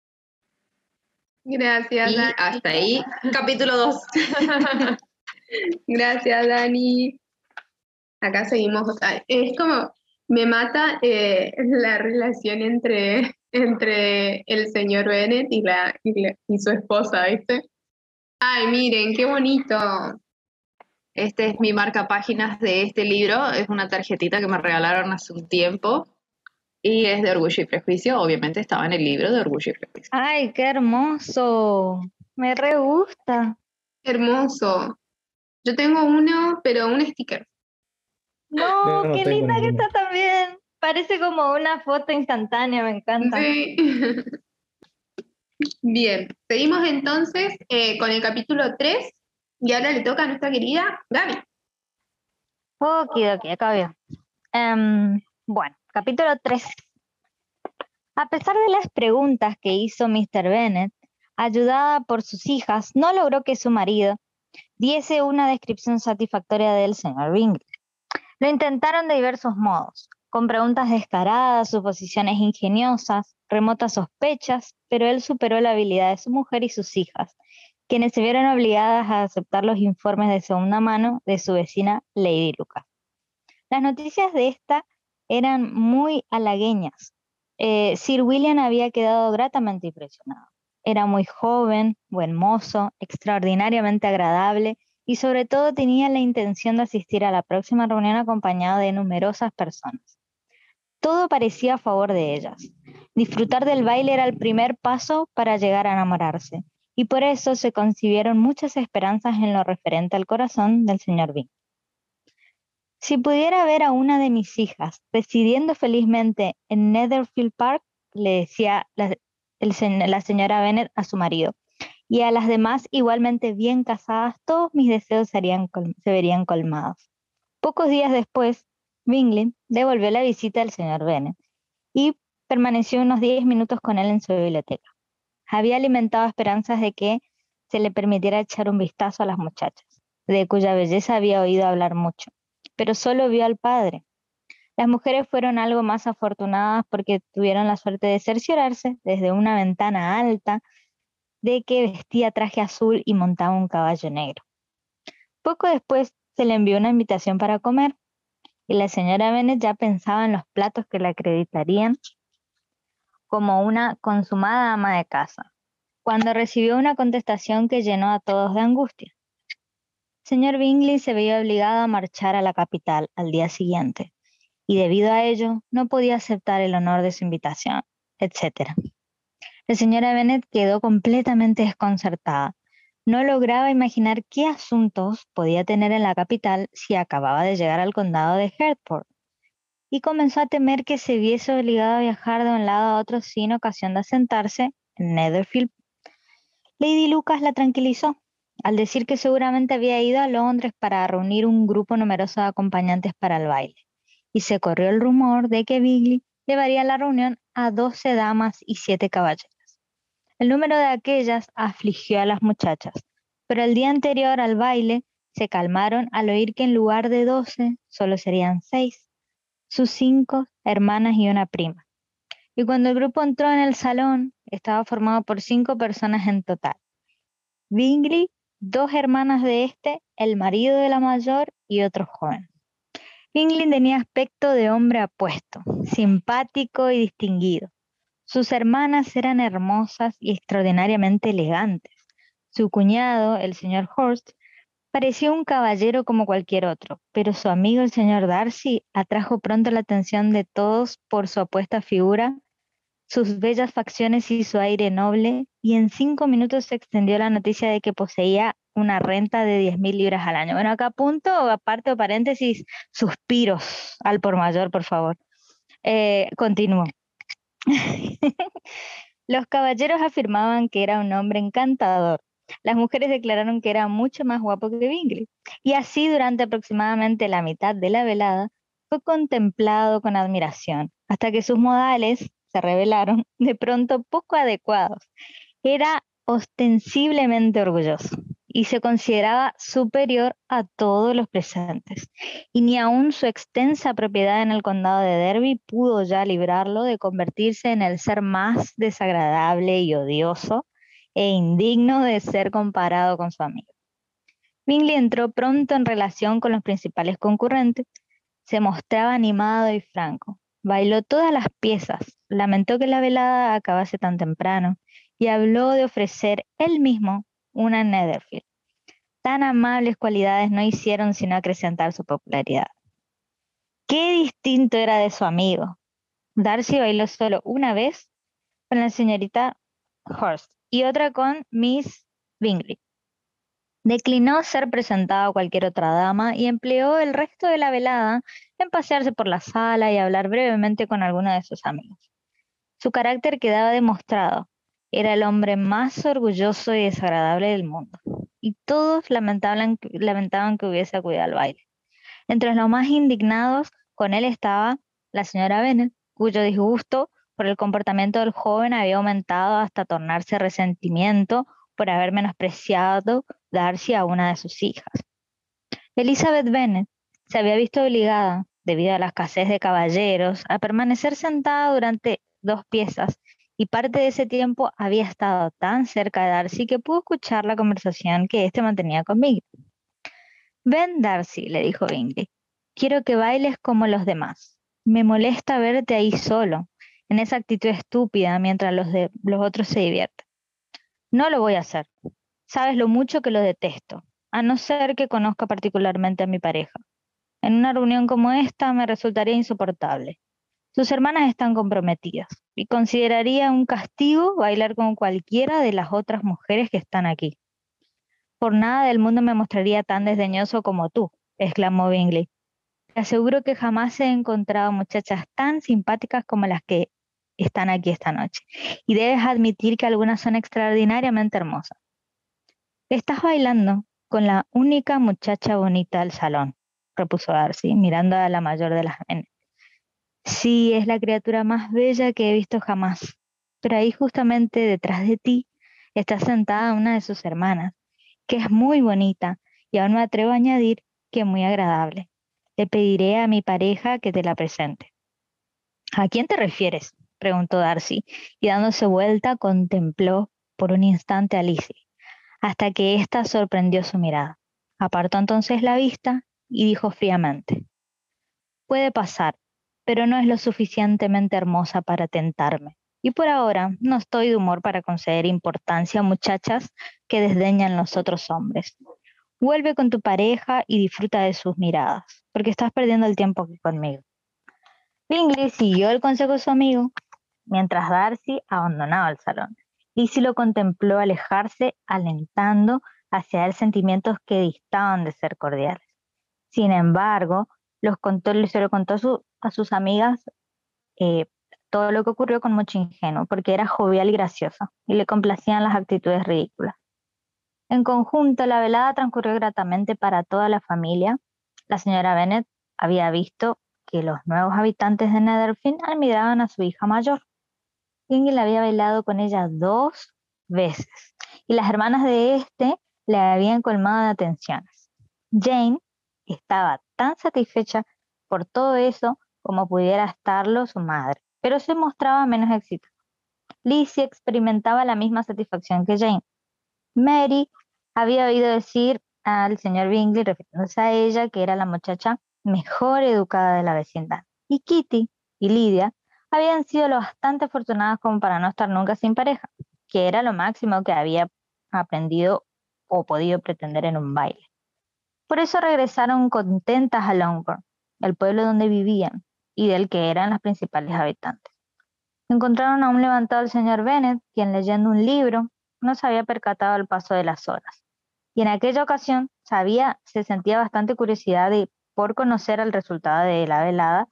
Speaker 1: Gracias,
Speaker 3: Y
Speaker 1: Dani.
Speaker 3: hasta ahí, capítulo dos.
Speaker 1: Gracias, Dani. Acá seguimos. O sea, es como, me mata eh, la relación entre, entre el señor Bennet y, la, y, la- y su esposa, ¿viste? Ay, miren, qué bonito.
Speaker 3: Este es mi marca páginas de este libro, es una tarjetita que me regalaron hace un tiempo y es de Orgullo y Prejuicio, obviamente estaba en el libro de Orgullo y Prejuicio.
Speaker 5: Ay, qué hermoso. Me re gusta.
Speaker 1: Hermoso. Yo tengo uno, pero un sticker.
Speaker 5: No,
Speaker 2: Yo no
Speaker 5: qué
Speaker 2: tengo
Speaker 5: linda que
Speaker 2: ninguno.
Speaker 5: está también. Parece como una foto instantánea, me encanta.
Speaker 1: Sí. Bien, seguimos entonces eh, con el capítulo tres y ahora le toca a nuestra querida Gaby.
Speaker 5: Okidoki, acá veo. Em, bueno, capítulo tres. A pesar de las preguntas que hizo mister Bennet, ayudada por sus hijas, no logró que su marido diese una descripción satisfactoria del señor Bingley. Lo intentaron de diversos modos, con preguntas descaradas, suposiciones ingeniosas, remotas sospechas, pero él superó la habilidad de su mujer y sus hijas, quienes se vieron obligadas a aceptar los informes de segunda mano de su vecina Lady Lucas. Las noticias de esta eran muy halagueñas. Eh, Sir William había quedado gratamente impresionado. Era muy joven, buen mozo, extraordinariamente agradable y sobre todo tenía la intención de asistir a la próxima reunión acompañado de numerosas personas. Todo parecía a favor de ellas. Disfrutar del baile era el primer paso para llegar a enamorarse, y por eso se concibieron muchas esperanzas en lo referente al corazón del señor Bingley. Si pudiera ver a una de mis hijas residiendo felizmente en Netherfield Park, le decía la, el, la señora Bennet a su marido, y a las demás igualmente bien casadas, todos mis deseos serían, se verían colmados. Pocos días después, Bingley devolvió la visita al señor Bennet y permaneció unos diez minutos con él en su biblioteca. Había alimentado esperanzas de que se le permitiera echar un vistazo a las muchachas, de cuya belleza había oído hablar mucho, pero solo vio al padre. Las mujeres fueron algo más afortunadas porque tuvieron la suerte de cerciorarse desde una ventana alta de que vestía traje azul y montaba un caballo negro. Poco después se le envió una invitación para comer y la señora Bennet ya pensaba en los platos que la acreditarían como una consumada ama de casa, cuando recibió una contestación que llenó a todos de angustia. Señor Bingley se veía obligado a marchar a la capital al día siguiente, y debido a ello no podía aceptar el honor de su invitación, etcétera. La señora Bennet quedó completamente desconcertada. No lograba imaginar qué asuntos podía tener en la capital si acababa de llegar al condado de Hertford, y comenzó a temer que se viese obligado a viajar de un lado a otro sin ocasión de asentarse en Netherfield. Lady Lucas la tranquilizó al decir que seguramente había ido a Londres para reunir un grupo numeroso de acompañantes para el baile, y se corrió el rumor de que Bingley llevaría a la reunión a doce damas y siete caballeros. El número de aquellas afligió a las muchachas, pero el día anterior al baile se calmaron al oír que en lugar de doce solo serían seis, sus cinco hermanas y una prima. Y cuando el grupo entró en el salón, estaba formado por cinco personas en total. Bingley, dos hermanas de este, el marido de la mayor y otro joven. Bingley tenía aspecto de hombre apuesto, simpático y distinguido. Sus hermanas eran hermosas y extraordinariamente elegantes. Su cuñado, el señor Horst, parecía un caballero como cualquier otro, pero su amigo el señor Darcy atrajo pronto la atención de todos por su apuesta figura, sus bellas facciones y su aire noble, y en cinco minutos se extendió la noticia de que poseía una renta de diez mil libras al año. Bueno, acá punto, aparte o paréntesis, suspiros al por mayor, por favor. Eh, continúo. Los caballeros afirmaban que era un hombre encantador. Las mujeres declararon que era mucho más guapo que Bingley. Y así durante aproximadamente la mitad de la velada fue contemplado con admiración, hasta que sus modales se revelaron de pronto poco adecuados. Era ostensiblemente orgulloso y se consideraba superior a todos los presentes, y ni aun su extensa propiedad en el condado de Derby pudo ya librarlo de convertirse en el ser más desagradable y odioso e indigno de ser comparado con su amigo. Bingley entró pronto en relación con los principales concurrentes, se mostraba animado y franco, bailó todas las piezas, lamentó que la velada acabase tan temprano y habló de ofrecer él mismo una en Netherfield. Tan amables cualidades no hicieron sino acrecentar su popularidad. Qué distinto era de su amigo. Darcy bailó solo una vez con la señorita Hurst y otra con Miss Bingley. Declinó ser presentado a cualquier otra dama y empleó el resto de la velada en pasearse por la sala y hablar brevemente con alguno de sus amigos. Su carácter quedaba demostrado. Era el hombre más orgulloso y desagradable del mundo, y todos lamentaban, lamentaban que hubiese acudido al baile. Entre los más indignados con él estaba la señora Bennet, cuyo disgusto por el comportamiento del joven había aumentado hasta tornarse resentimiento por haber menospreciado Darcy a una de sus hijas. Elizabeth Bennet se había visto obligada, debido a la escasez de caballeros, a permanecer sentada durante dos piezas, y parte de ese tiempo había estado tan cerca de Darcy que pudo escuchar la conversación que éste mantenía con Bingley. «Ven, Darcy», le dijo Bingley, «quiero que bailes como los demás. Me molesta verte ahí solo, en esa actitud estúpida, mientras los, de, los otros se divierten». «No lo voy a hacer. Sabes lo mucho que lo detesto, a no ser que conozca particularmente a mi pareja. En una reunión como esta me resultaría insoportable. Sus hermanas están comprometidas y consideraría un castigo bailar con cualquiera de las otras mujeres que están aquí». «Por nada del mundo me mostraría tan desdeñoso como tú», exclamó Bingley. «Te aseguro que jamás he encontrado muchachas tan simpáticas como las que están aquí esta noche, y debes admitir que algunas son extraordinariamente hermosas». «Estás bailando con la única muchacha bonita del salón», repuso Darcy, mirando a la mayor de las Bennet. «Sí, es la criatura más bella que he visto jamás, pero ahí justamente detrás de ti está sentada una de sus hermanas, que es muy bonita, y aún me atrevo a añadir que muy agradable. Le pediré a mi pareja que te la presente». «¿A quién te refieres?», preguntó Darcy, y dándose vuelta contempló por un instante a Lizzie, hasta que ésta sorprendió su mirada. Apartó entonces la vista y dijo fríamente: «Puede pasar, pero no es lo suficientemente hermosa para tentarme, y por ahora no estoy de humor para conceder importancia a muchachas que desdeñan los otros hombres. Vuelve con tu pareja y disfruta de sus miradas, porque estás perdiendo el tiempo aquí conmigo». Bingley siguió el consejo de su amigo, mientras Darcy abandonaba el salón. Lizzie lo contempló alejarse, alentando hacia él sentimientos que distaban de ser cordiales. Sin embargo, los contó, se lo contó a, su, a sus amigas eh, todo lo que ocurrió con mucho ingenuo, porque era jovial y graciosa, y le complacían las actitudes ridículas. En conjunto, la velada transcurrió gratamente para toda la familia. La señora Bennet había visto que los nuevos habitantes de Netherfield admiraban a su hija mayor. Bingley había bailado con ella dos veces, y las hermanas de éste le habían colmado de atenciones. Jane estaba tan satisfecha por todo eso como pudiera estarlo su madre, pero se mostraba menos exitosa. Lizzie experimentaba la misma satisfacción que Jane. Mary había oído decir al señor Bingley, refiriéndose a ella, que era la muchacha mejor educada de la vecindad. Y Kitty y Lydia habían sido lo bastante afortunadas como para no estar nunca sin pareja, que era lo máximo que había aprendido o podido pretender en un baile. Por eso regresaron contentas a Longbourn, el pueblo donde vivían y del que eran las principales habitantes. Encontraron aún levantado al señor Bennet, quien leyendo un libro no se había percatado al paso de las horas. Y en aquella ocasión sabía, se sentía bastante curiosidad de, por conocer el resultado de la velada,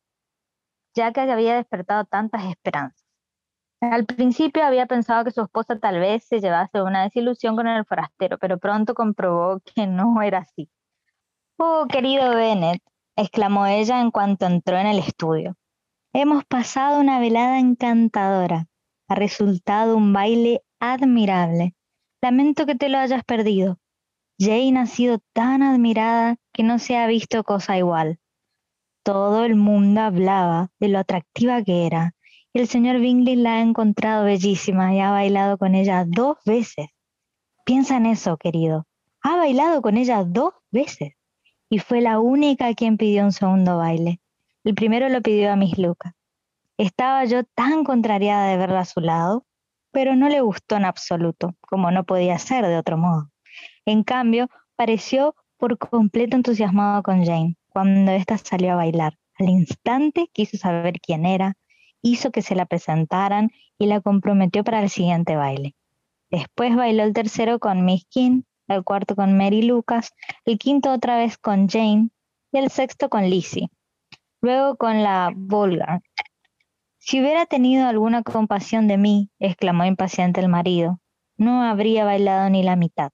Speaker 5: ya que había despertado tantas esperanzas. Al principio había pensado que su esposa tal vez se llevase una desilusión con el forastero, pero pronto comprobó que no era así. «Oh, querido Bennet», exclamó ella en cuanto entró en el estudio, «hemos pasado una velada encantadora. Ha resultado un baile admirable. Lamento que te lo hayas perdido. Jane ha sido tan admirada que no se ha visto cosa igual. Todo el mundo hablaba de lo atractiva que era. Y el señor Bingley la ha encontrado bellísima y ha bailado con ella dos veces. Piensa en eso, querido. Ha bailado con ella dos veces. Y fue la única quien pidió un segundo baile. El primero lo pidió a Miss Lucas. Estaba yo tan contrariada de verla a su lado, pero no le gustó en absoluto, como no podía ser de otro modo. En cambio, pareció por completo entusiasmado con Jane, cuando ésta salió a bailar. Al instante quiso saber quién era, hizo que se la presentaran y la comprometió para el siguiente baile. Después bailó el tercero con Miss King, el cuarto con Mary Lucas, el quinto otra vez con Jane y el sexto con Lizzie. Luego con la Bolgar. «Si hubiera tenido alguna compasión de mí», exclamó impaciente el marido, «no habría bailado ni la mitad.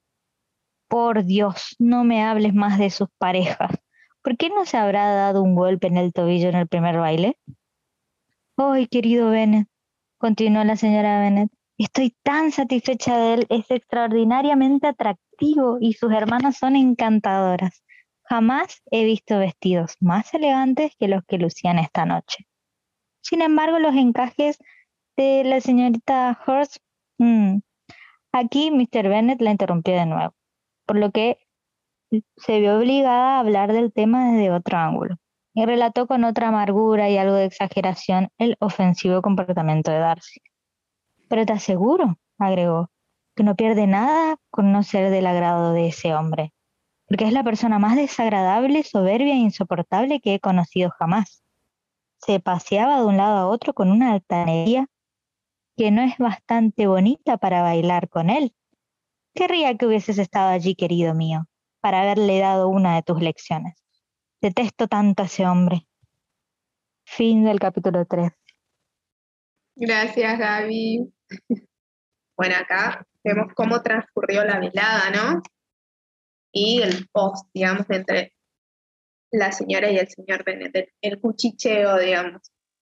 Speaker 5: Por Dios, no me hables más de sus parejas. ¿Por qué no se habrá dado un golpe en el tobillo en el primer baile?» «Ay, querido Bennet», continuó la señora Bennet, «estoy tan satisfecha de él, es extraordinariamente atractivo y sus hermanas son encantadoras. Jamás he visto vestidos más elegantes que los que lucían esta noche. Sin embargo, los encajes de la señorita Hurst...» hmm. Aquí mister Bennet la interrumpió de nuevo, por lo que se vio obligada a hablar del tema desde otro ángulo, y relató con otra amargura y algo de exageración el ofensivo comportamiento de Darcy. «Pero te aseguro», agregó, «que no pierde nada con no ser del agrado de ese hombre, porque es la persona más desagradable, soberbia e insoportable que he conocido jamás. Se paseaba de un lado a otro con una altanería que no es bastante bonita para bailar con él. Querría que hubieses estado allí, querido mío, para haberle dado una de tus lecciones. Detesto tanto a ese hombre». Fin del capítulo tres.
Speaker 1: Gracias, Gaby. Bueno, acá vemos cómo transcurrió la velada, ¿no? Y el post, digamos, entre la señora y el señor Bennet, el, el cuchicheo, digamos.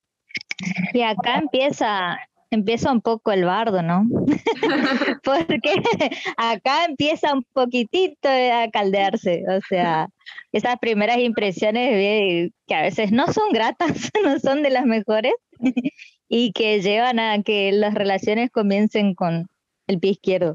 Speaker 5: Y acá empieza, empieza un poco el bardo, ¿no? Porque acá empieza un poquitito a caldearse, o sea, esas primeras impresiones de- que a veces no son gratas, no son de las mejores, y que llevan a que las relaciones comiencen con el pie izquierdo.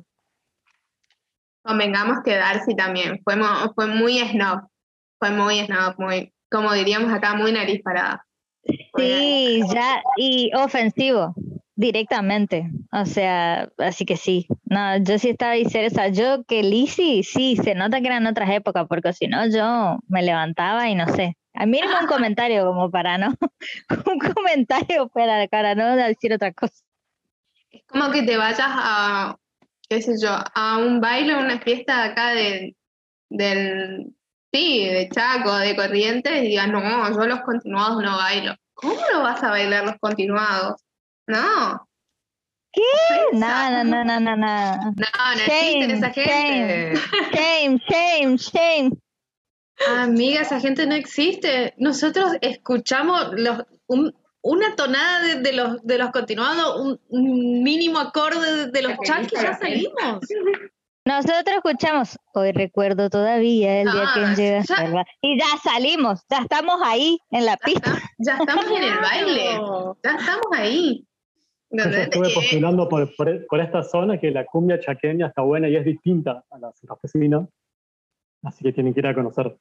Speaker 1: Convengamos que Darcy también fue, mo- fue muy snob, fue muy snob, muy, como diríamos acá, muy nariz parada.
Speaker 5: Sí, ya, y ofensivo, directamente. O sea, así que sí. No, yo sí estaba diciendo, o sea, yo que Lizzie, sí, se nota que eran otras épocas, porque si no, yo me levantaba y no sé. A mínimo un comentario como para no, un comentario para, para no decir otra cosa.
Speaker 1: Es como que te vayas a, qué sé yo, a un baile o una fiesta de acá de, del, sí, de Chaco, de Corrientes, y digas, no, yo los continuados no bailo. ¿Cómo no vas a bailar los continuados? No.
Speaker 5: ¿Qué?
Speaker 1: Ofensa.
Speaker 5: No, no, no, no, no, no.
Speaker 1: No, no existe
Speaker 5: Shame,
Speaker 1: esa gente.
Speaker 5: shame, shame, shame.
Speaker 3: Amiga, esa gente no existe. Nosotros escuchamos los, un- una tonada de, de los de los continuados, un, un mínimo acorde de, de los chats y ya salimos.
Speaker 5: Nosotros escuchamos, hoy recuerdo todavía el día
Speaker 1: Ah,
Speaker 5: que llega
Speaker 1: ya-
Speaker 5: ¿verdad? Y ya salimos, ya estamos ahí en la
Speaker 1: Ya,
Speaker 5: pista.
Speaker 1: está- ya estamos en el baile.
Speaker 3: Claro.
Speaker 1: Ya estamos ahí.
Speaker 4: Yo
Speaker 1: ¿Entendés?
Speaker 4: estuve
Speaker 1: Eh,
Speaker 4: postulando por, por, por esta zona que la cumbia chaqueña está buena y es distinta a la santafesina, así que tienen que ir a conocer.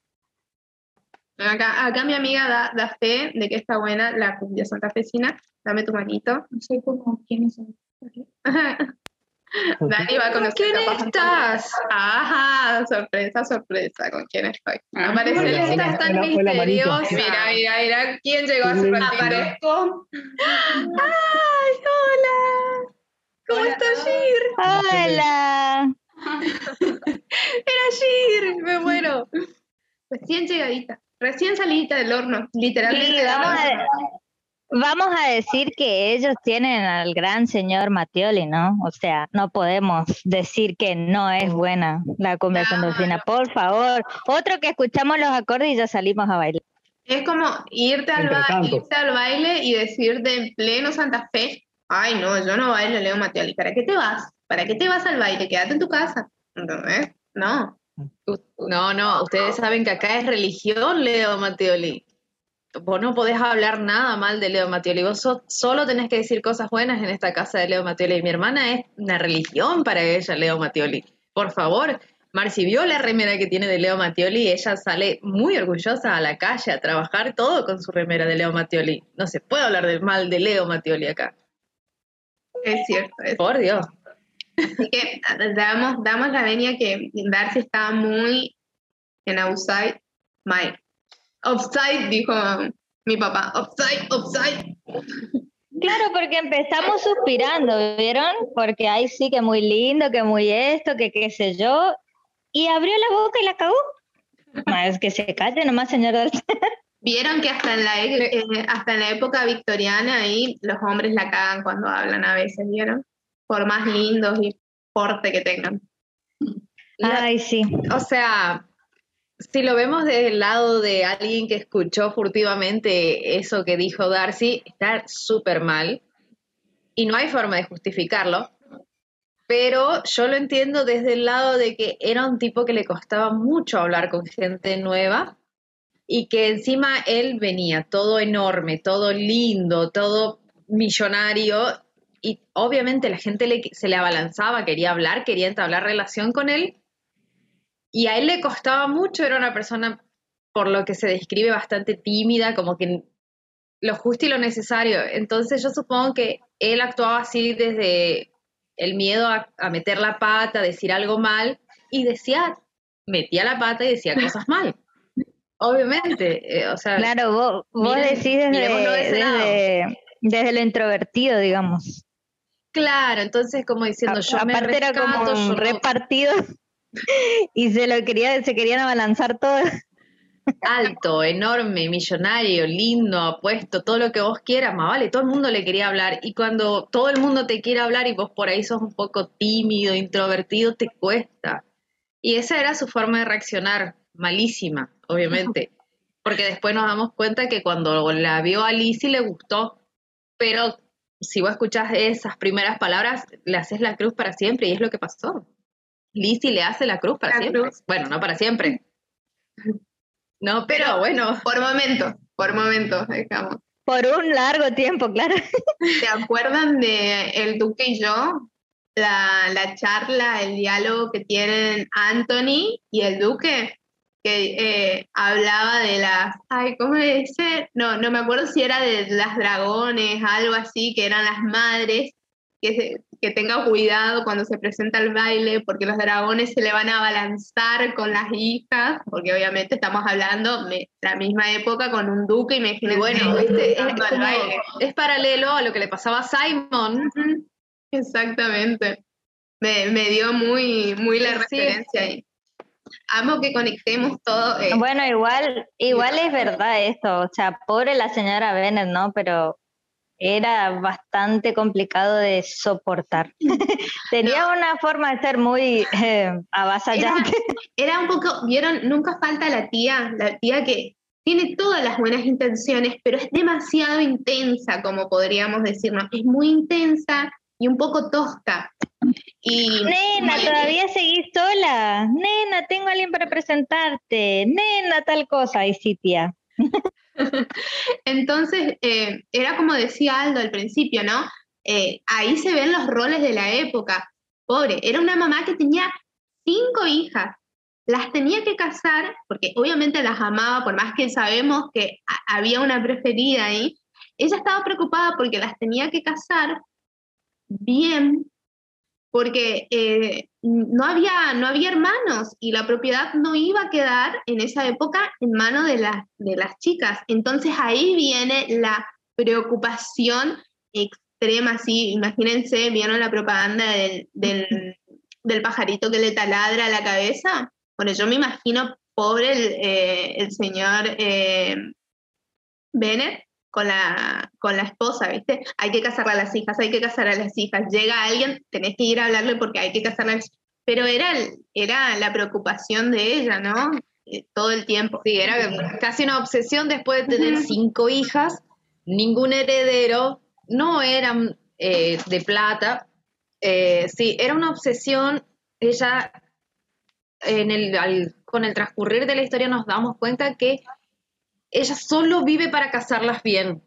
Speaker 1: Acá, acá mi amiga da, da fe de que está buena la cumbia santafesina. Dame tu manito. No sé cómo, quiénes son. Dani va a conocer
Speaker 3: quién
Speaker 1: capaz
Speaker 3: estás?
Speaker 1: Ajá, sorpresa, sorpresa, ¿con quién estoy?
Speaker 7: Ah,
Speaker 1: Aparece
Speaker 3: ¿Por
Speaker 1: el
Speaker 3: qué
Speaker 4: Hola,
Speaker 3: estás tan
Speaker 4: hola, hola, Marito.
Speaker 3: misteriosa?
Speaker 1: Mira, mira, mira, ¿quién llegó hace
Speaker 4: Sí,
Speaker 1: rato?
Speaker 4: sí.
Speaker 1: Aparezco.
Speaker 3: ¡Ay, hola! ¿Cómo
Speaker 1: Hola a
Speaker 3: estás,
Speaker 1: todos.
Speaker 3: Gir?
Speaker 5: Hola.
Speaker 3: Era Gir, me muero.
Speaker 1: Recién llegadita, recién salidita del horno, literalmente.
Speaker 5: Sí,
Speaker 1: del
Speaker 5: vamos a,
Speaker 1: horno.
Speaker 5: vamos a decir que ellos tienen al gran señor Mattioli, ¿no? O sea, no podemos decir que no es buena la cumbia
Speaker 1: Claro.
Speaker 5: santafesina. Por favor, otro que escuchamos los acordes y ya salimos a bailar.
Speaker 1: Es como irte al,
Speaker 4: Entre
Speaker 1: ba-
Speaker 4: tanto.
Speaker 1: irte al baile y decirte en pleno Santa Fe, ay no, yo no bailo Leo Mattioli. ¿Para qué te vas? ¿Para qué te vas al baile? Quédate en tu casa. ¿Entendés? No.
Speaker 3: U- No, no, ustedes saben que acá es religión Leo Mattioli. Vos no podés hablar nada mal de Leo Mattioli, vos so- solo tenés que decir cosas buenas en esta casa de Leo Mattioli. Mi hermana es una religión para ella, Leo Mattioli. Por favor, Marci vio la remera que tiene de Leo Mattioli y ella sale muy orgullosa a la calle a trabajar todo con su remera de Leo Mattioli. No se puede hablar de mal de Leo Mattioli acá.
Speaker 1: Es cierto. Es.
Speaker 3: Por Dios.
Speaker 1: Así que damos, damos la venia que Darcy estaba muy en outside my. Offside, dijo mi papá. Offside, offside.
Speaker 5: Claro, porque empezamos suspirando, ¿vieron? Porque ahí sí que muy lindo, que muy esto, que qué sé yo. Y abrió la boca y la cagó. Más que se calle nomás, señor Darcy.
Speaker 1: Vieron que hasta en la e- eh, hasta en la época victoriana ahí los hombres la cagan cuando hablan a veces, ¿vieron? Por más lindos y porte que tengan.
Speaker 3: La-
Speaker 5: Ay, sí.
Speaker 3: o sea, si lo vemos desde el lado de alguien que escuchó furtivamente eso que dijo Darcy, está súper mal y no hay forma de justificarlo, pero yo lo entiendo desde el lado de que era un tipo que le costaba mucho hablar con gente nueva y que encima él venía todo enorme, todo lindo, todo millonario y obviamente la gente le- se le abalanzaba, quería hablar, quería entablar relación con él. Y a él le costaba mucho, era una persona, por lo que se describe, bastante tímida, como que lo justo y lo necesario. Entonces yo supongo que él actuaba así desde el miedo a, a meter la pata, a decir algo mal, y decía, metía la pata y decía cosas mal. Obviamente, eh, o sea,
Speaker 5: Claro, vos, vos
Speaker 3: miren-
Speaker 5: decís desde,
Speaker 3: miremoslo de ese lado.
Speaker 5: desde, desde lo introvertido, digamos.
Speaker 3: Claro, entonces como diciendo,
Speaker 5: A-
Speaker 3: yo me
Speaker 5: aparte era
Speaker 3: rescato,
Speaker 5: como
Speaker 3: yo
Speaker 5: un
Speaker 3: no-
Speaker 5: repartido y se lo quería, se querían abalanzar todo.
Speaker 3: alto, enorme, millonario, lindo, apuesto, todo lo que vos quieras, más vale, todo el mundo le quería hablar y cuando todo el mundo te quiere hablar y vos por ahí sos un poco tímido, introvertido, te cuesta. Y esa era su forma de reaccionar, malísima, obviamente, porque después nos damos cuenta que cuando la vio a Lizzie le gustó, pero si vos escuchás esas primeras palabras, le haces la cruz para siempre y es lo que pasó. Lizzie le hace la cruz para
Speaker 1: La
Speaker 3: siempre.
Speaker 1: cruz.
Speaker 3: Bueno, no para siempre. No, pero,
Speaker 1: Pero
Speaker 3: bueno.
Speaker 1: por momentos, por momentos, digamos.
Speaker 5: Por un largo tiempo, claro.
Speaker 1: ¿Se acuerdan de El Duque y yo? La, la charla, el diálogo que tienen Anthony y el Duque, que eh, hablaba de las, ay, ¿cómo le dice? No, no me acuerdo si era de las dragones, algo así, que eran las madres, que, se- que tenga cuidado cuando se presenta el baile, porque los dragones se le van a abalanzar con las hijas, porque obviamente estamos hablando de la misma época con un duque,
Speaker 3: Y
Speaker 1: imagínense.
Speaker 3: bueno, este es,
Speaker 1: entrando al
Speaker 3: como-
Speaker 1: baile.
Speaker 3: es paralelo a lo que le pasaba a Simon.
Speaker 1: Ujú, exactamente. Me, me dio muy, muy la
Speaker 3: Sí.
Speaker 1: referencia ahí. Amo que conectemos todo. eh,
Speaker 5: Bueno, igual, igual es verdad esto, o sea, pobre la señora Bennett, ¿no? Pero era bastante complicado de soportar. Tenía una forma de ser muy eh, avasallante.
Speaker 1: Era un poco, ¿vieron? Nunca falta la tía, la tía que tiene todas las buenas intenciones, pero es demasiado intensa, como podríamos decirnos. Es muy intensa y un poco tosca. Y
Speaker 5: Nena, ¿todavía seguís sola? Nena, tengo a alguien para presentarte. Nena, tal cosa. Y sí, tía.
Speaker 1: entonces, eh, era como decía Aldo al principio, ¿no? Eh, ahí se ven los roles de la época. Pobre, era una mamá que tenía cinco hijas. Las tenía que casar, porque obviamente las amaba, por más que sabemos que a- había una preferida ahí. Ella estaba preocupada porque las tenía que casar bien, porque eh, no había, no había hermanos y la propiedad no iba a quedar en esa época en manos de, la, de las chicas. Entonces ahí viene la preocupación extrema, sí, imagínense, ¿vieron la propaganda del, del, del pajarito que le taladra la cabeza? Bueno, yo me imagino, pobre el, eh, el señor eh, Bennett, con la, con la esposa, ¿viste? Hay que casar a las hijas, hay que casar a las hijas. Llega alguien, tenés que ir a hablarle porque hay que casar a las hijas. Pero era, era la preocupación de ella, ¿no? Eh, todo el tiempo.
Speaker 3: Sí, era casi una obsesión después de tener uh-huh. cinco hijas, ningún heredero, no eran eh, de plata. Eh, sí, era una obsesión. Ella, en el, al, con el transcurrir de la historia nos damos cuenta que ella solo vive para casarlas bien.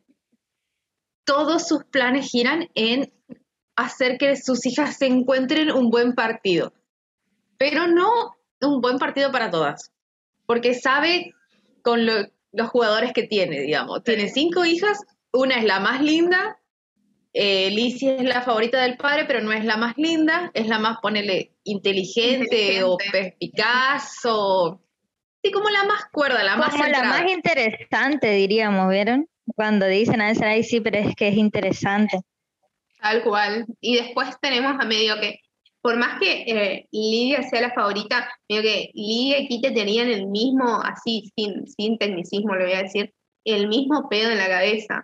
Speaker 3: Todos sus planes giran en hacer que sus hijas se encuentren un buen partido. Pero no un buen partido para todas. Porque sabe con lo, los jugadores que tiene, digamos. Tiene cinco hijas, una es la más linda, eh, Lizzie es la favorita del padre, pero no es la más linda, es la más, ponele, inteligente, inteligente. o perspicaz, o... Sí, como la más cuerda, la
Speaker 5: como
Speaker 3: más centrada.
Speaker 5: la más interesante, diríamos, ¿vieron? Cuando dicen a veces, ay, sí, pero es que es interesante.
Speaker 1: Tal cual. Y después tenemos a medio que, por más que eh, Lidia sea la favorita, medio que Lidia y Kite tenían el mismo, así, sin, sin tecnicismo le voy a decir, el mismo pedo en la cabeza.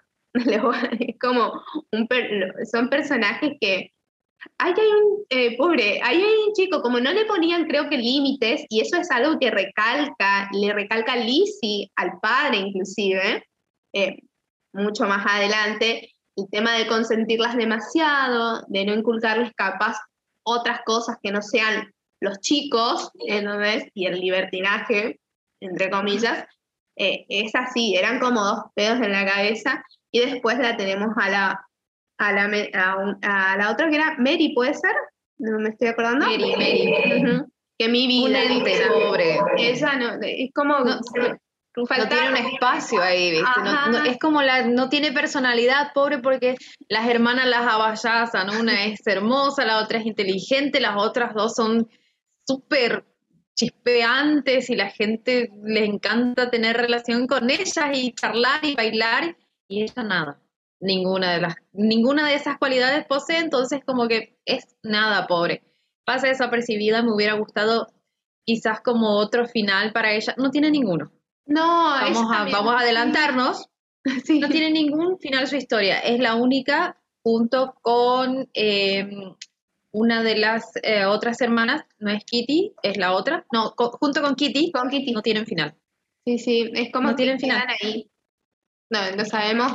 Speaker 1: Es como, un per, son personajes que... Ahí hay un, eh, pobre, ahí hay un chico, como no le ponían creo que límites, y eso es algo que recalca, le recalca Lizzie al padre inclusive, eh, mucho más adelante, el tema de consentirlas demasiado, de no inculcarles capaz otras cosas que no sean los chicos, ¿no ves? Y el libertinaje, entre comillas, eh, es así, eran como dos pedos en la cabeza, y después la tenemos a la... A la, a, un, a la otra que era Mary, ¿puede ser? No me estoy acordando.
Speaker 3: Mary, Mary.
Speaker 1: Uh-huh. Que mi vida.
Speaker 3: Un ente, pobre.
Speaker 1: Ella no, es como...
Speaker 3: No, no tiene un espacio ahí, ¿viste? No, no, es como la, no tiene personalidad, pobre, porque las hermanas las aballazan. Una es hermosa, la otra es inteligente, las otras dos son súper chispeantes y la gente le encanta tener relación con ellas y charlar y bailar, y ella nada. Ninguna de las, ninguna de esas cualidades posee, entonces como que es nada, pobre. Pasa desapercibida, me hubiera gustado quizás como otro final para ella. No tiene ninguno.
Speaker 1: No,
Speaker 3: vamos a, vamos a adelantarnos. Sí. No tiene ningún final su historia. Es la única, junto con eh, una de las eh, otras hermanas, no es Kitty, es la otra. No, co- junto con Kitty,
Speaker 1: con Kitty,
Speaker 3: no tienen final.
Speaker 1: Sí, sí, es como
Speaker 3: no
Speaker 1: que
Speaker 3: tienen final
Speaker 1: ahí. No, no sabemos.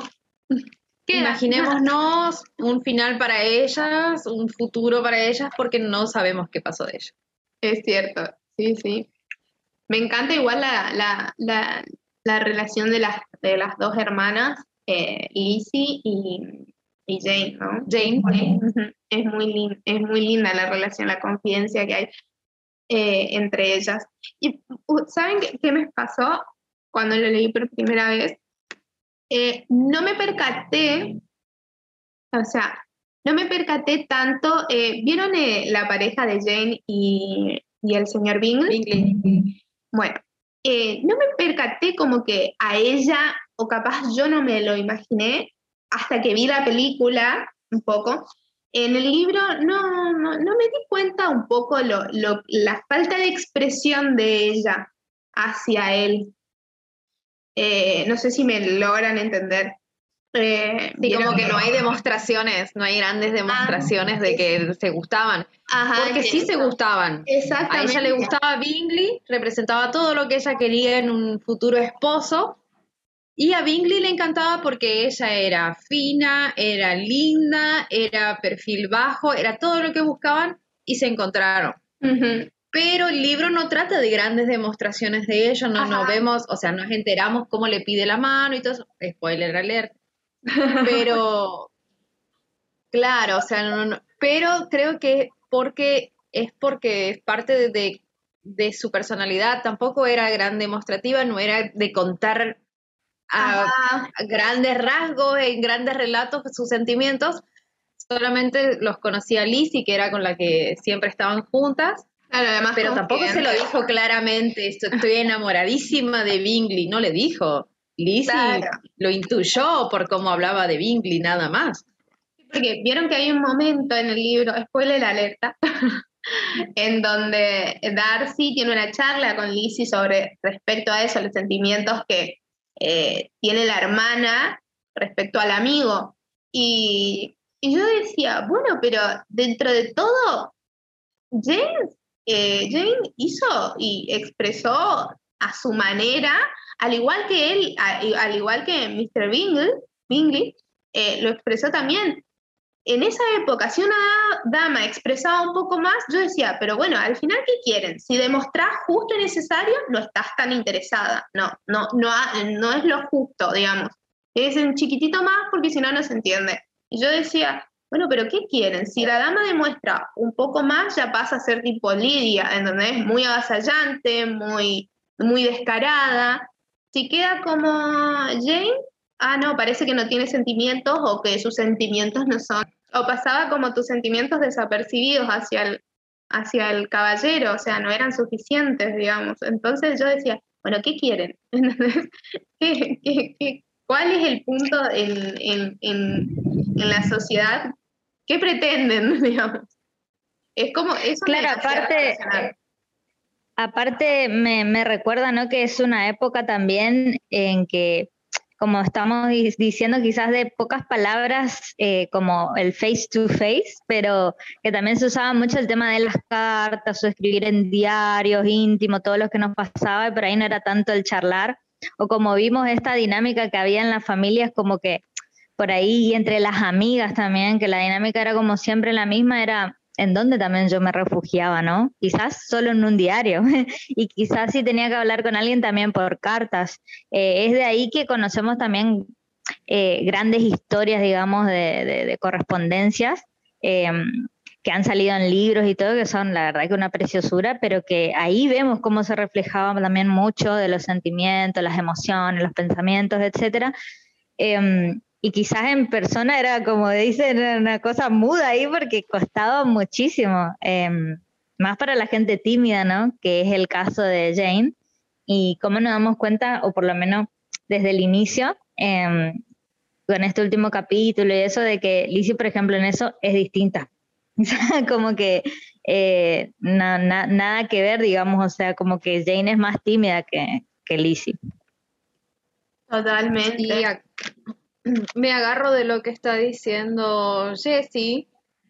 Speaker 3: Imaginémonos un final para ellas, un futuro para ellas, porque no sabemos qué pasó de ellas.
Speaker 1: Es cierto, sí, sí. Me encanta igual la, la, la, la relación de las, de las dos hermanas, eh, Lizzie y, y Jane, ¿no?
Speaker 3: Jane.
Speaker 1: Uh-huh. Es muy, lin, es muy linda la relación, la confidencia que hay eh, entre ellas. Y ¿saben qué, qué me pasó cuando lo leí por primera vez? Eh, no me percaté, o sea, no me percaté tanto, eh, ¿vieron eh, la pareja de Jane y, y el señor Bingley?
Speaker 3: Bingley.
Speaker 1: Bueno, eh, no me percaté como que a ella, o capaz yo no me lo imaginé, hasta que vi la película, un poco. En el libro no, no, no me di cuenta un poco lo, lo, la falta de expresión de ella hacia él. Eh, no sé si me logran entender.
Speaker 3: Eh, sí, como que no hay demostraciones, no hay grandes demostraciones ah, de que se gustaban.
Speaker 1: Ajá,
Speaker 3: porque sí se gustaban.
Speaker 1: Exactamente.
Speaker 3: A ella le gustaba Bingley, representaba todo lo que ella quería en un futuro esposo. Y a Bingley le encantaba porque ella era fina, era linda, era perfil bajo, era todo lo que buscaban y se encontraron.
Speaker 1: Uh-huh.
Speaker 3: Pero el libro no trata de grandes demostraciones de ello, no nos vemos, o sea, nos enteramos cómo le pide la mano y todo eso. Spoiler alert. Pero, claro, o sea, no, no, pero creo que porque es porque es parte de, de, de su personalidad, tampoco era gran demostrativa, no era de contar a, a grandes rasgos, en grandes relatos sus sentimientos, solamente los conocía Lizzie, que era con la que siempre estaban juntas,
Speaker 1: Claro, además
Speaker 3: pero tampoco se lo dijo claramente, esto- estoy enamoradísima de Bingley, no le dijo. Lizzie
Speaker 1: Claro.
Speaker 3: lo intuyó por cómo hablaba de Bingley, nada más.
Speaker 1: Porque vieron que hay un momento en el libro, spoiler alerta, en donde Darcy tiene una charla con Lizzie sobre respecto a eso, los sentimientos que eh, tiene la hermana respecto al amigo. Y, y yo decía, bueno, pero dentro de todo, James, eh, Jane hizo y expresó a su manera, al igual que él, a- al igual que míster Bingley, Bingley eh, lo expresó también. En esa época, si una dama expresaba un poco más, yo decía, pero bueno, al final, ¿qué quieren? Si demostrás justo y necesario, no estás tan interesada. No, no, no, ha- no es lo justo, digamos. Es un chiquitito más porque si no, no se entiende. Y yo decía, bueno, pero ¿qué quieren? Si la dama demuestra un poco más, ya pasa a ser tipo Lidia, en donde es muy avasallante, muy, muy descarada. Si queda como Jane, ah, no, parece que no tiene sentimientos o que sus sentimientos no son. O pasaba como tus sentimientos desapercibidos hacia el, hacia el caballero, o sea, no eran suficientes, digamos. Entonces yo decía, bueno, ¿qué quieren? Entonces, ¿qué, qué, qué, ¿cuál es el punto en, en, en, en la sociedad? ¿Qué pretenden, digamos? Es como, eso me
Speaker 5: Claro,
Speaker 1: hacía
Speaker 5: aparte,
Speaker 1: reflexionar.
Speaker 5: aparte me, me recuerda, ¿no? Que es una época también en que, como estamos di- diciendo, quizás de pocas palabras, eh, como el face to face, pero que también se usaba mucho el tema de las cartas o escribir en diarios íntimos, todo lo que nos pasaba, y por ahí no era tanto el charlar, o como vimos esta dinámica que había en las familias, como que por ahí y entre las amigas también, que la dinámica era como siempre la misma, era en donde también yo me refugiaba, ¿no? Quizás solo en un diario y quizás si tenía que hablar con alguien también por cartas. Eh, es de ahí que conocemos también eh, grandes historias, digamos, de, de, de correspondencias eh, que han salido en libros y todo, que son la verdad que una preciosura, pero que ahí vemos cómo se reflejaba también mucho de los sentimientos, las emociones, los pensamientos, etcétera. Eh, y quizás en persona era, como dicen, era una cosa muda ahí porque costaba muchísimo, eh, más para la gente tímida, ¿no? Que es el caso de Jane. Y cómo nos damos cuenta, o por lo menos desde el inicio, eh, con este último capítulo y eso, de que Lizzie, por ejemplo, en eso es distinta. Como que eh, na, na, nada que ver, digamos, o sea, como que Jane es más tímida que, que Lizzie.
Speaker 1: Totalmente.
Speaker 3: Y a- me agarro de lo que está diciendo Jessie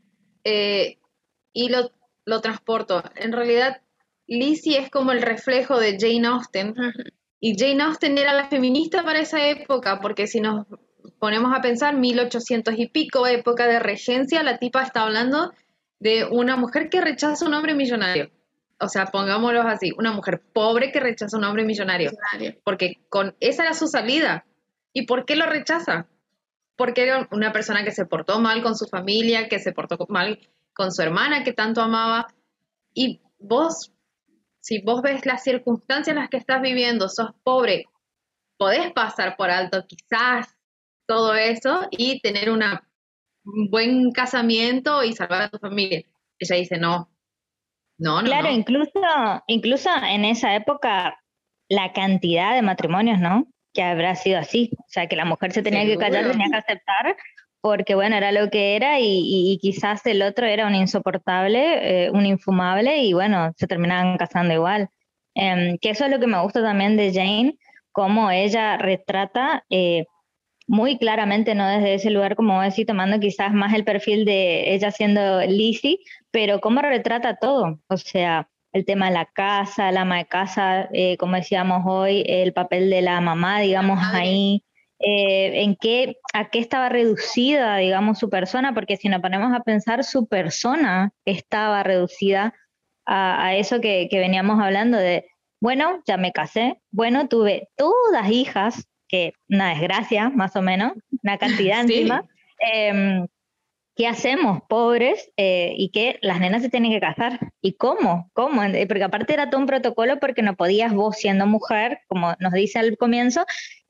Speaker 3: eh, y lo, lo transporto. En realidad, Lizzie es como el reflejo de Jane Austen. Y Jane Austen era la feminista para esa época, porque si nos ponemos a pensar, mil ochocientos y pico, época de regencia, la tipa está hablando de una mujer que rechaza a un hombre millonario. O sea, pongámoslo así, una mujer pobre que rechaza a un hombre millonario. Porque con esa era su salida. ¿Y por qué lo rechaza? Porque era una persona que se portó mal con su familia, que se portó mal con su hermana que tanto amaba. Y vos, si vos ves las circunstancias en las que estás viviendo, sos pobre, podés pasar por alto quizás todo eso y tener una, un buen casamiento y salvar a tu familia. Ella dice, no, no, no,
Speaker 5: Claro,
Speaker 3: no.
Speaker 5: incluso, incluso en esa época la cantidad de matrimonios, ¿no? Que habrá sido así. O sea, que la mujer se tenía que callar,
Speaker 3: Seguro.
Speaker 5: tenía que aceptar, porque bueno, era lo que era y, y- y quizás el otro era un insoportable, eh, un infumable y bueno, se terminaban casando igual. Em, que eso es lo que me gusta también de Jane, cómo ella retrata eh, muy claramente, no desde ese lugar, como vos decís, tomando quizás más el perfil de ella siendo Lizzie, pero cómo retrata todo, o sea, el tema de la casa, el ama de casa, eh, como decíamos hoy, el papel de la mamá, digamos, ahí, eh, en qué, a qué estaba reducida, digamos, su persona, porque si nos ponemos a pensar, su persona estaba reducida a, a eso que, que veníamos hablando de, bueno, ya me casé, bueno, tuve todas hijas, que una desgracia, más o menos, una cantidad
Speaker 3: Sí.
Speaker 5: encima. Eh, ¿Qué hacemos, pobres? Eh, y que las nenas se tienen que casar. ¿Y cómo? ¿Cómo? Porque aparte era todo un protocolo porque no podías vos, siendo mujer, como nos dice al comienzo,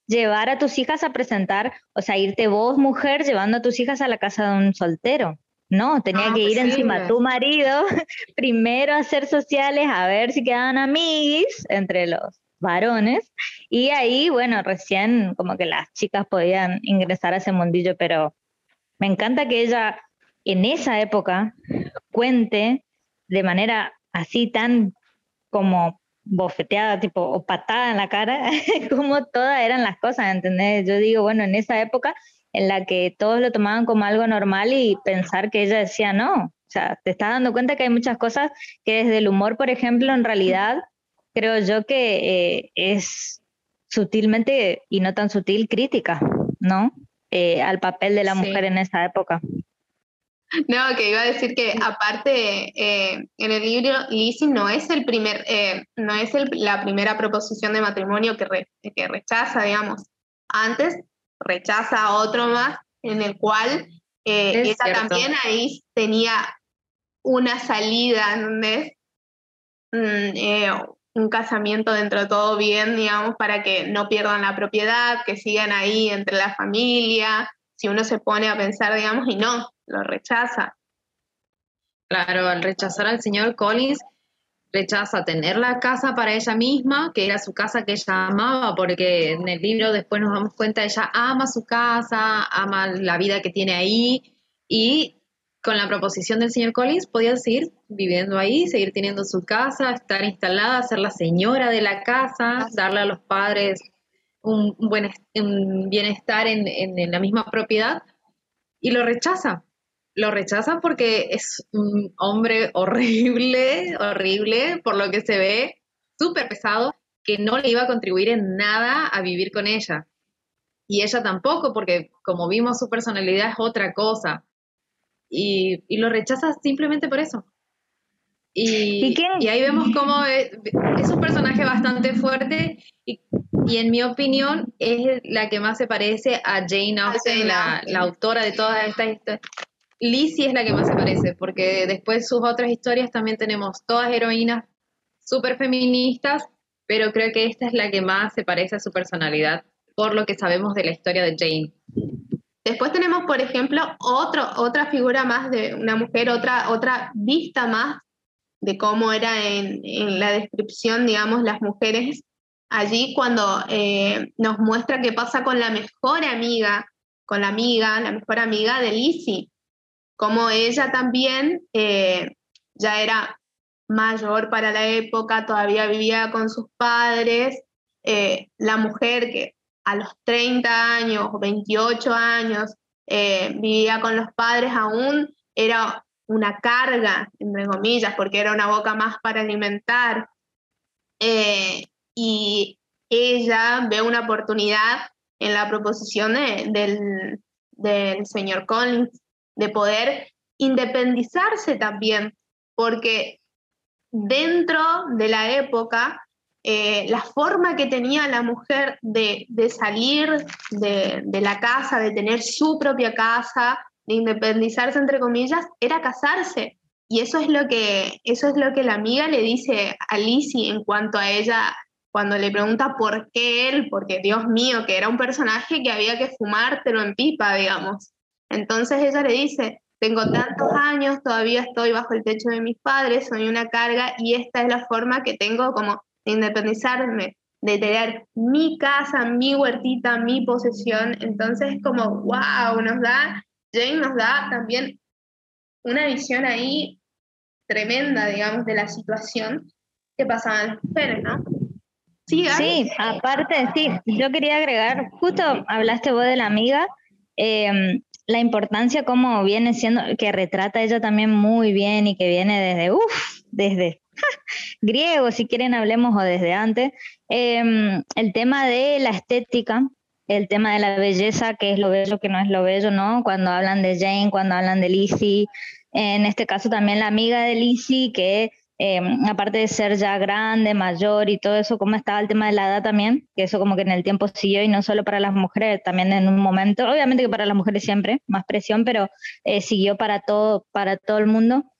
Speaker 5: llevar a tus hijas a presentar, o sea, irte vos, mujer, llevando a tus hijas a la casa de un soltero. No, tenía
Speaker 3: No,
Speaker 5: que ir encima
Speaker 3: posible.
Speaker 5: tu marido, primero a hacer sociales, a ver si quedaban amiguis entre los varones, y ahí, bueno, recién como que las chicas podían ingresar a ese mundillo, pero me encanta que ella en esa época cuente de manera así tan como bofeteada, tipo, o patada en la cara, como todas eran las cosas, ¿entendés? Yo digo, bueno, en esa época en la que todos lo tomaban como algo normal y pensar que ella decía no, o sea, te estás dando cuenta que hay muchas cosas que desde el humor, por ejemplo, en realidad, creo yo que eh, es sutilmente y no tan sutil crítica, ¿no? Eh, al papel de la
Speaker 3: Sí.
Speaker 5: mujer en esa época.
Speaker 1: No, que iba a decir que aparte eh, en el libro Lizzie no es el primer, eh, no es el- la primera proposición de matrimonio que, re- que rechaza, digamos. Antes rechaza a otro más en el cual eh,
Speaker 3: Es
Speaker 1: ella
Speaker 3: cierto.
Speaker 1: también ahí tenía una salida, ¿entendés? Mm, eh, un casamiento dentro de todo bien, digamos, para que no pierdan la propiedad, que sigan ahí entre la familia. Si uno se pone a pensar, digamos, y no, lo rechaza.
Speaker 3: Claro, al rechazar al señor Collins, rechaza tener la casa para ella misma, que era su casa que ella amaba, porque en el libro después nos damos cuenta, ella ama su casa, ama la vida que tiene ahí, y con la proposición del señor Collins podía seguir viviendo ahí, seguir teniendo su casa, estar instalada, ser la señora de la casa, darle a los padres un, un buen, un bienestar en, en, en la misma propiedad, y lo rechaza. Lo rechaza porque es un hombre horrible, horrible, por lo que se ve, súper pesado, que no le iba a contribuir en nada a vivir con ella. Y ella tampoco, porque como vimos, su personalidad es otra cosa. Y, y lo rechaza simplemente por eso.
Speaker 5: ¿Y
Speaker 3: Y,
Speaker 5: quién?
Speaker 3: y ahí vemos cómo es, es un personaje bastante fuerte y, y en mi opinión es la que más se parece a Jane Austen,
Speaker 1: Jane
Speaker 3: la,
Speaker 1: Austen.
Speaker 3: la autora de todas estas historias. Lizzie es la que más se parece, porque después sus otras historias también tenemos todas heroínas súper feministas, pero creo que esta es la que más se parece a su personalidad, por lo que sabemos de la historia de Jane.
Speaker 1: Después tenemos, por ejemplo, otro, otra figura más de una mujer, otra, otra vista más de cómo era en, en la descripción, digamos, las mujeres allí cuando eh, nos muestra qué pasa con la mejor amiga, con la amiga, la mejor amiga de Lizzie, como ella también eh, ya era mayor para la época, todavía vivía con sus padres, eh, la mujer que a los treinta años, veintiocho años, eh, vivía con los padres aún, era una carga, entre comillas, porque era una boca más para alimentar. Eh, y ella ve una oportunidad en la proposición de, del, del señor Collins de poder independizarse también, porque dentro de la época, eh, la forma que tenía la mujer de, de salir de, de la casa, de tener su propia casa, de independizarse, entre comillas, era casarse. Y eso es lo que, eso es lo que la amiga le dice a Lizzie en cuanto a ella, cuando le pregunta por qué él, porque Dios mío, que era un personaje que había que fumártelo en pipa, digamos. Entonces ella le dice, tengo tantos años, todavía estoy bajo el techo de mis padres, soy una carga y esta es la forma que tengo como de independizarme, de tener mi casa, mi huertita, mi posesión. Entonces es como, wow, nos da, Jane nos da también una visión ahí tremenda, digamos, de la situación que pasaban las mujeres, ¿no? Sí, Gaby.
Speaker 5: Sí, aparte, sí, yo quería agregar, justo hablaste vos de la amiga, eh, la importancia como viene siendo, que retrata ella también muy bien y que viene desde, uff, desde ja, griego, si quieren hablemos, o desde antes, eh, el tema de la estética, el tema de la belleza, que es lo bello, que no es lo bello, ¿no? Cuando hablan de Jane, cuando hablan de Lizzie, en este caso también la amiga de Lizzie, que eh, aparte de ser ya grande, mayor y todo eso, cómo estaba el tema de la edad también, que eso como que en el tiempo siguió y no solo para las mujeres, también en un momento, obviamente que para las mujeres siempre, más presión, pero eh, siguió para todo, para todo el mundo.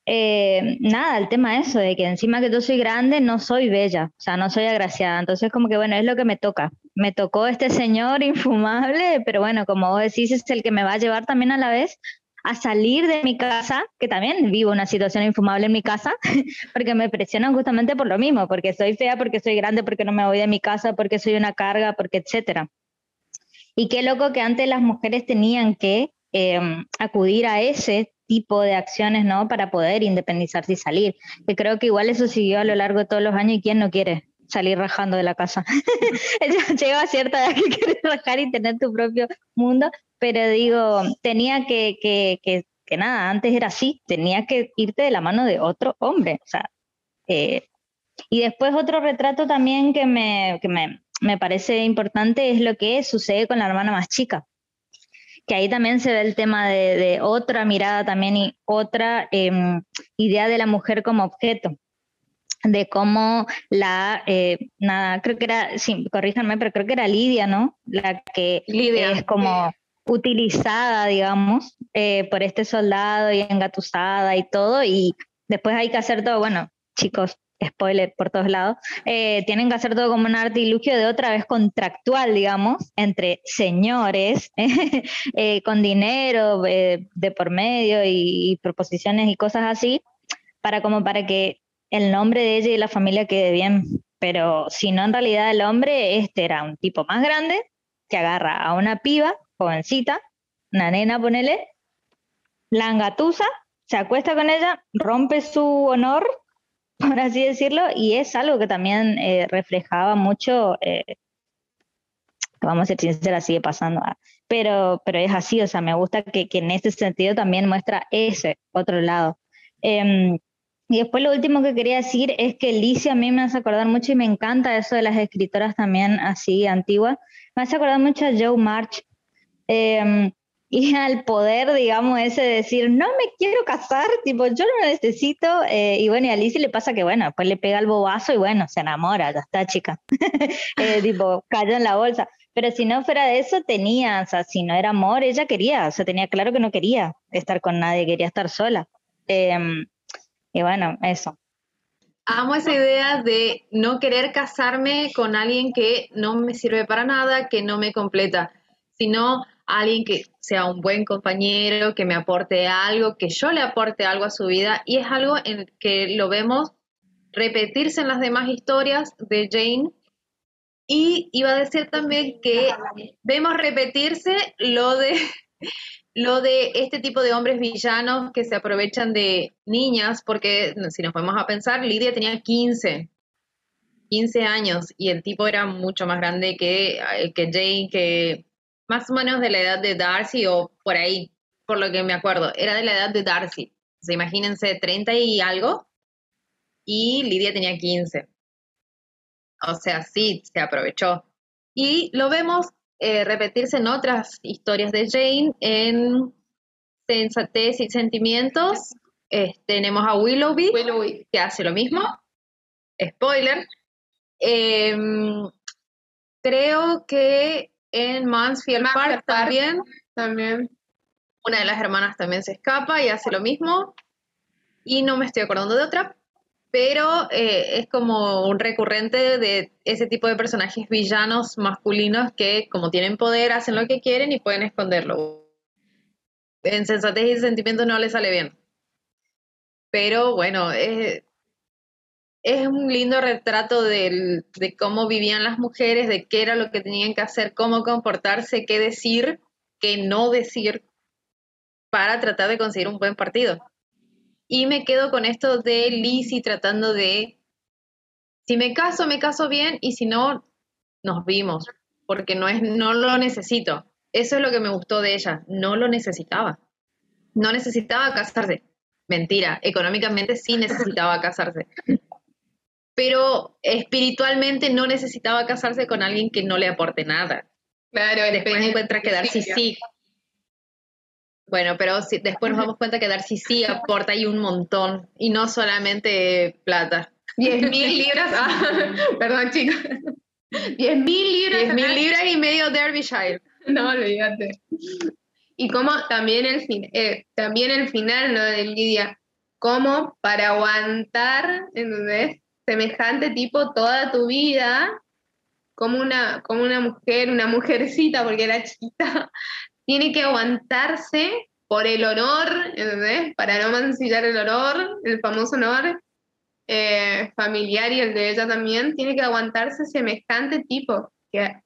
Speaker 5: eh, nada, el tema eso, de que encima que yo soy grande, no soy bella, o sea, no soy agraciada. Entonces, como que bueno, es lo que me toca. Me tocó este señor infumable, pero bueno, como vos decís, es el que me va a llevar también a la vez a salir de mi casa, que también vivo una situación infumable en mi casa, porque me presionan justamente por lo mismo, porque soy fea, porque soy grande, porque no me voy de mi casa, porque soy una carga, porque etcétera. Y qué loco que antes las mujeres tenían que eh, acudir a ese tipo de acciones, ¿no? Para poder independizarse y salir. Que creo que igual eso siguió a lo largo de todos los años y quién no quiere salir rajando de la casa. Llega a cierta edad que quieres rajar y tener tu propio mundo, pero digo, tenía que, que, que, que nada, antes era así, tenía que irte de la mano de otro hombre, o sea, eh, y después otro retrato también que me, que me, me parece importante es lo que sucede con la hermana más chica, que ahí también se ve el tema de, de otra mirada también y otra eh, idea de la mujer como objeto, de cómo la, eh, nada, creo que era, sí, corríjanme, pero creo que era Lidia, ¿no? La que
Speaker 3: Lidia.
Speaker 5: es como utilizada, digamos, eh, por este soldado y engatusada y todo, y después hay que hacer todo, bueno, chicos, spoiler por todos lados, eh, tienen que hacer todo como un artilugio de otra vez contractual, digamos, entre señores, eh, con dinero eh, de por medio y, y proposiciones y cosas así, para como para que el nombre de ella y la familia quede bien. Pero si no, en realidad el hombre, este era un tipo más grande que agarra a una piba, jovencita, una nena, ponele, la engatusa, se acuesta con ella, rompe su honor, por así decirlo, y es algo que también eh, reflejaba mucho, eh, vamos a ser sinceras, sigue pasando, ¿eh? pero, pero es así, o sea, me gusta que, que en ese sentido también muestra ese otro lado. Eh, y después lo último que quería decir es que Lizzie a mí me hace acordar mucho, y me encanta eso de las escritoras también así antiguas, me hace acordar mucho a Jo March, eh, y al poder, digamos, ese de decir, no me quiero casar, tipo, yo no lo necesito, eh, y bueno, y a Lizzie le pasa que, bueno, después le pega el bobazo y bueno, se enamora, ya está, chica, eh, tipo, cayó en la bolsa. Pero si no fuera de eso, tenía, o sea, si no era amor, ella quería, o sea, tenía claro que no quería estar con nadie, quería estar sola. Eh, y bueno, eso.
Speaker 3: Amo esa idea de no querer casarme con alguien que no me sirve para nada, que no me completa, sino alguien que sea un buen compañero, que me aporte algo, que yo le aporte algo a su vida, y es algo en que lo vemos repetirse en las demás historias de Jane. Y iba a decir también que vemos repetirse lo de lo de este tipo de hombres villanos que se aprovechan de niñas, porque si nos ponemos a pensar, Lidia tenía quince años y el tipo era mucho más grande que, que Jane, que más o menos de la edad de Darcy o por ahí, por lo que me acuerdo, era de la edad de Darcy. O sea, imagínense, treinta y algo, y Lidia tenía quince. O sea, sí, se aprovechó. Y lo vemos eh, repetirse en otras historias de Jane, en Sensatez y Sentimientos. Eh, tenemos a Willoughby,
Speaker 1: Willoughby.
Speaker 3: que hace lo mismo. Spoiler. Eh, creo que en Mansfield,
Speaker 1: Mansfield
Speaker 3: Park, Park también,
Speaker 1: también.
Speaker 3: Una de las hermanas también se escapa y hace lo mismo. Y no me estoy acordando de otra, pero eh, es como un recurrente de ese tipo de personajes villanos masculinos que, como tienen poder, hacen lo que quieren y pueden esconderlo. En Sensatez y Sentimientos no le sale bien. Pero bueno, es, es un lindo retrato del, de cómo vivían las mujeres, de qué era lo que tenían que hacer, cómo comportarse, qué decir, qué no decir, para tratar de conseguir un buen partido. Y me quedo con esto de Lizzie tratando de, si me caso, me caso bien, y si no, nos vimos, porque no, es, no lo necesito. Eso es lo que me gustó de ella, no lo necesitaba. No necesitaba casarse. Mentira, económicamente sí necesitaba casarse. Pero espiritualmente no necesitaba casarse con alguien que no le aporte nada.
Speaker 1: Claro,
Speaker 3: después encuentra que Darcy sí. Bueno, pero si, después nos damos cuenta que Darcy sí aporta ahí un montón, y no solamente plata.
Speaker 1: diez mil libras, ah, perdón chicos, diez mil libras.
Speaker 3: diez mil libras y medio Derbyshire.
Speaker 1: No, olvídate. Y como también el, fin, eh, también el final, ¿no? De Lidia, como para aguantar, ¿entendés? Semejante tipo toda tu vida, como una, como una mujer, una mujercita, porque era chiquita, tiene que aguantarse por el honor, ¿entendés? Para no mancillar el honor, el famoso honor eh, familiar y el de ella también, tiene que aguantarse semejante tipo, que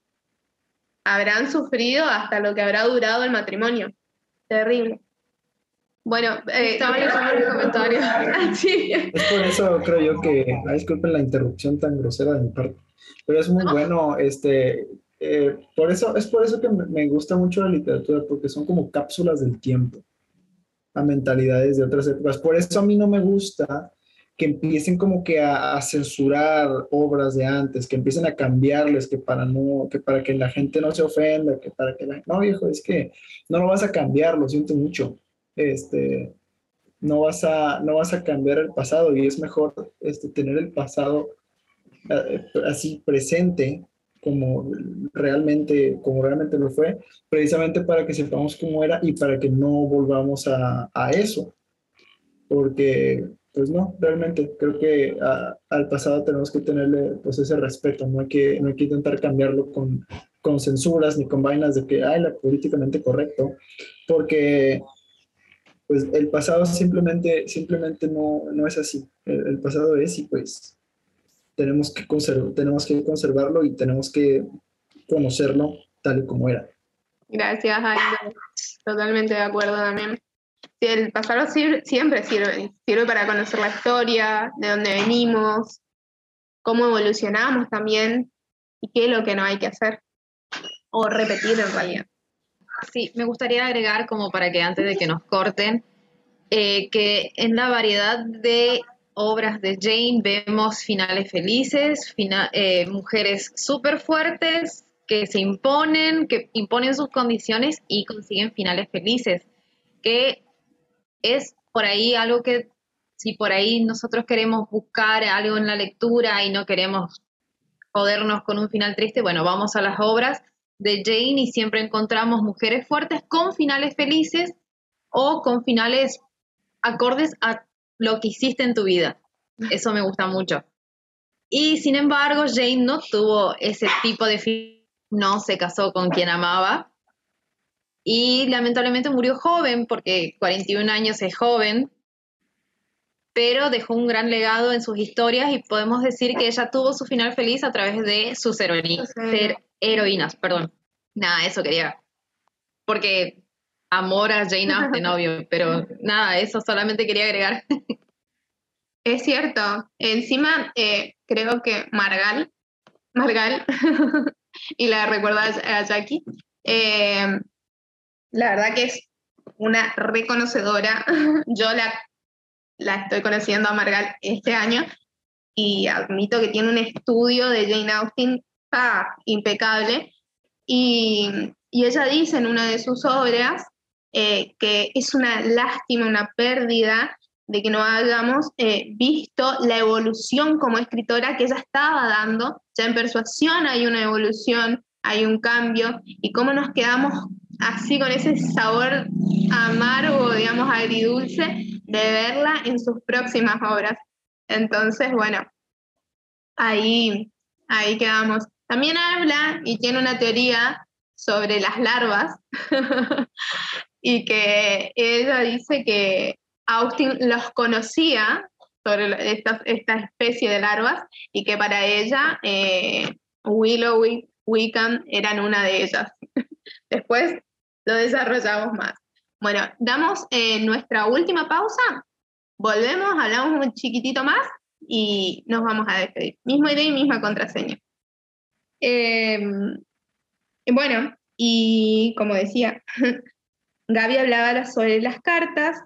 Speaker 1: habrán sufrido hasta lo que habrá durado el matrimonio. Terrible. Bueno, eh,
Speaker 3: Estaba leyendo los comentarios.
Speaker 1: Ah, sí.
Speaker 2: Es por eso creo yo que, ah, disculpen la interrupción tan grosera de mi parte, pero es muy bueno, este, eh, por eso, es por eso que me me gusta mucho la literatura, porque son como cápsulas del tiempo a mentalidades de otras épocas. Por eso a mí no me gusta que empiecen como que a, a censurar obras de antes, que empiecen a cambiarles, que para no, que para que la gente no se ofenda, que para que la no, viejo, es que no lo vas a cambiar, lo siento mucho. Este, no vas a, no vas a cambiar el pasado y es mejor este, tener el pasado eh, así presente como realmente, como realmente lo fue, precisamente para que sepamos cómo era y para que no volvamos a, a eso, porque pues no, realmente creo que a, al pasado tenemos que tenerle pues ese respeto, no hay que, no hay que intentar cambiarlo con, con censuras ni con vainas de que, ay, la políticamente correcto, porque pues el pasado simplemente, simplemente no, no es así, el, el pasado es y pues tenemos que, conserv tenemos que conservarlo y tenemos que conocerlo tal y como era.
Speaker 1: Gracias, Aldo. Totalmente de acuerdo también. Sí, el pasado sirve- siempre sirve, sirve para conocer la historia, de dónde venimos, cómo evolucionamos también y qué es lo que no hay que hacer o repetir en realidad.
Speaker 3: Sí, me gustaría agregar como para que antes de que nos corten, eh, que en la variedad de obras de Jane vemos finales felices, fina- eh, mujeres súper fuertes que se imponen, que imponen sus condiciones y consiguen finales felices, que es por ahí algo que si por ahí nosotros queremos buscar algo en la lectura y no queremos jodernos con un final triste, bueno, vamos a las obras de Jane y siempre encontramos mujeres fuertes con finales felices o con finales acordes a lo que hiciste en tu vida. Eso me gusta mucho. Y sin embargo, Jane no tuvo ese tipo de final, no se casó con quien amaba y lamentablemente murió joven, porque cuarenta y un años es joven, pero dejó un gran legado en sus historias y podemos decir que ella tuvo su final feliz a través de sus heroínas, ser heroínas, perdón. Nada, eso quería, porque amor a Jane Austen, obvio, pero nada, eso solamente quería agregar.
Speaker 1: Es cierto. Encima, eh, creo que Margal, Margal, y la recuerda a Jackie, eh, la verdad que es una reconocedora. Yo la, la estoy conociendo a Margal este año y admito que tiene un estudio de Jane Austen ah, impecable. Y, y ella dice en una de sus obras eh, que es una lástima, una pérdida de que no hayamos eh, visto la evolución como escritora que ella estaba dando. Ya en Persuasión hay una evolución, hay un cambio, y cómo nos quedamos así con ese sabor amargo, digamos, agridulce, de verla en sus próximas obras. Entonces, bueno, ahí, ahí quedamos. También habla y tiene una teoría sobre las larvas y que ella dice que Austin los conocía sobre esta, esta especie de larvas y que para ella eh, Willow y Wickham eran una de ellas. Después lo desarrollamos más. Bueno, damos eh, nuestra última pausa, volvemos, hablamos un chiquitito más y nos vamos a despedir. Mismo idea y misma contraseña. Eh, bueno, y como decía, Gaby hablaba sobre las cartas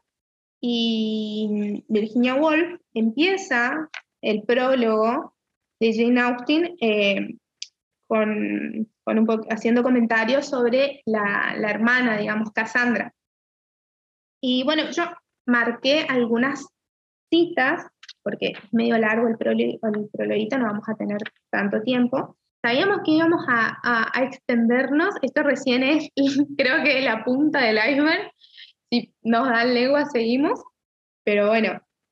Speaker 1: y Virginia Woolf empieza el prólogo de Jane Austen eh, con, con un po- haciendo comentarios sobre la, la hermana, digamos, Cassandra. Y bueno, yo marqué algunas citas, porque es medio largo el, prolo, el prologuito, no vamos a tener tanto tiempo. Sabíamos que íbamos a, a, a extendernos, esto recién es, creo que la punta del iceberg, si nos dan legua seguimos, pero bueno,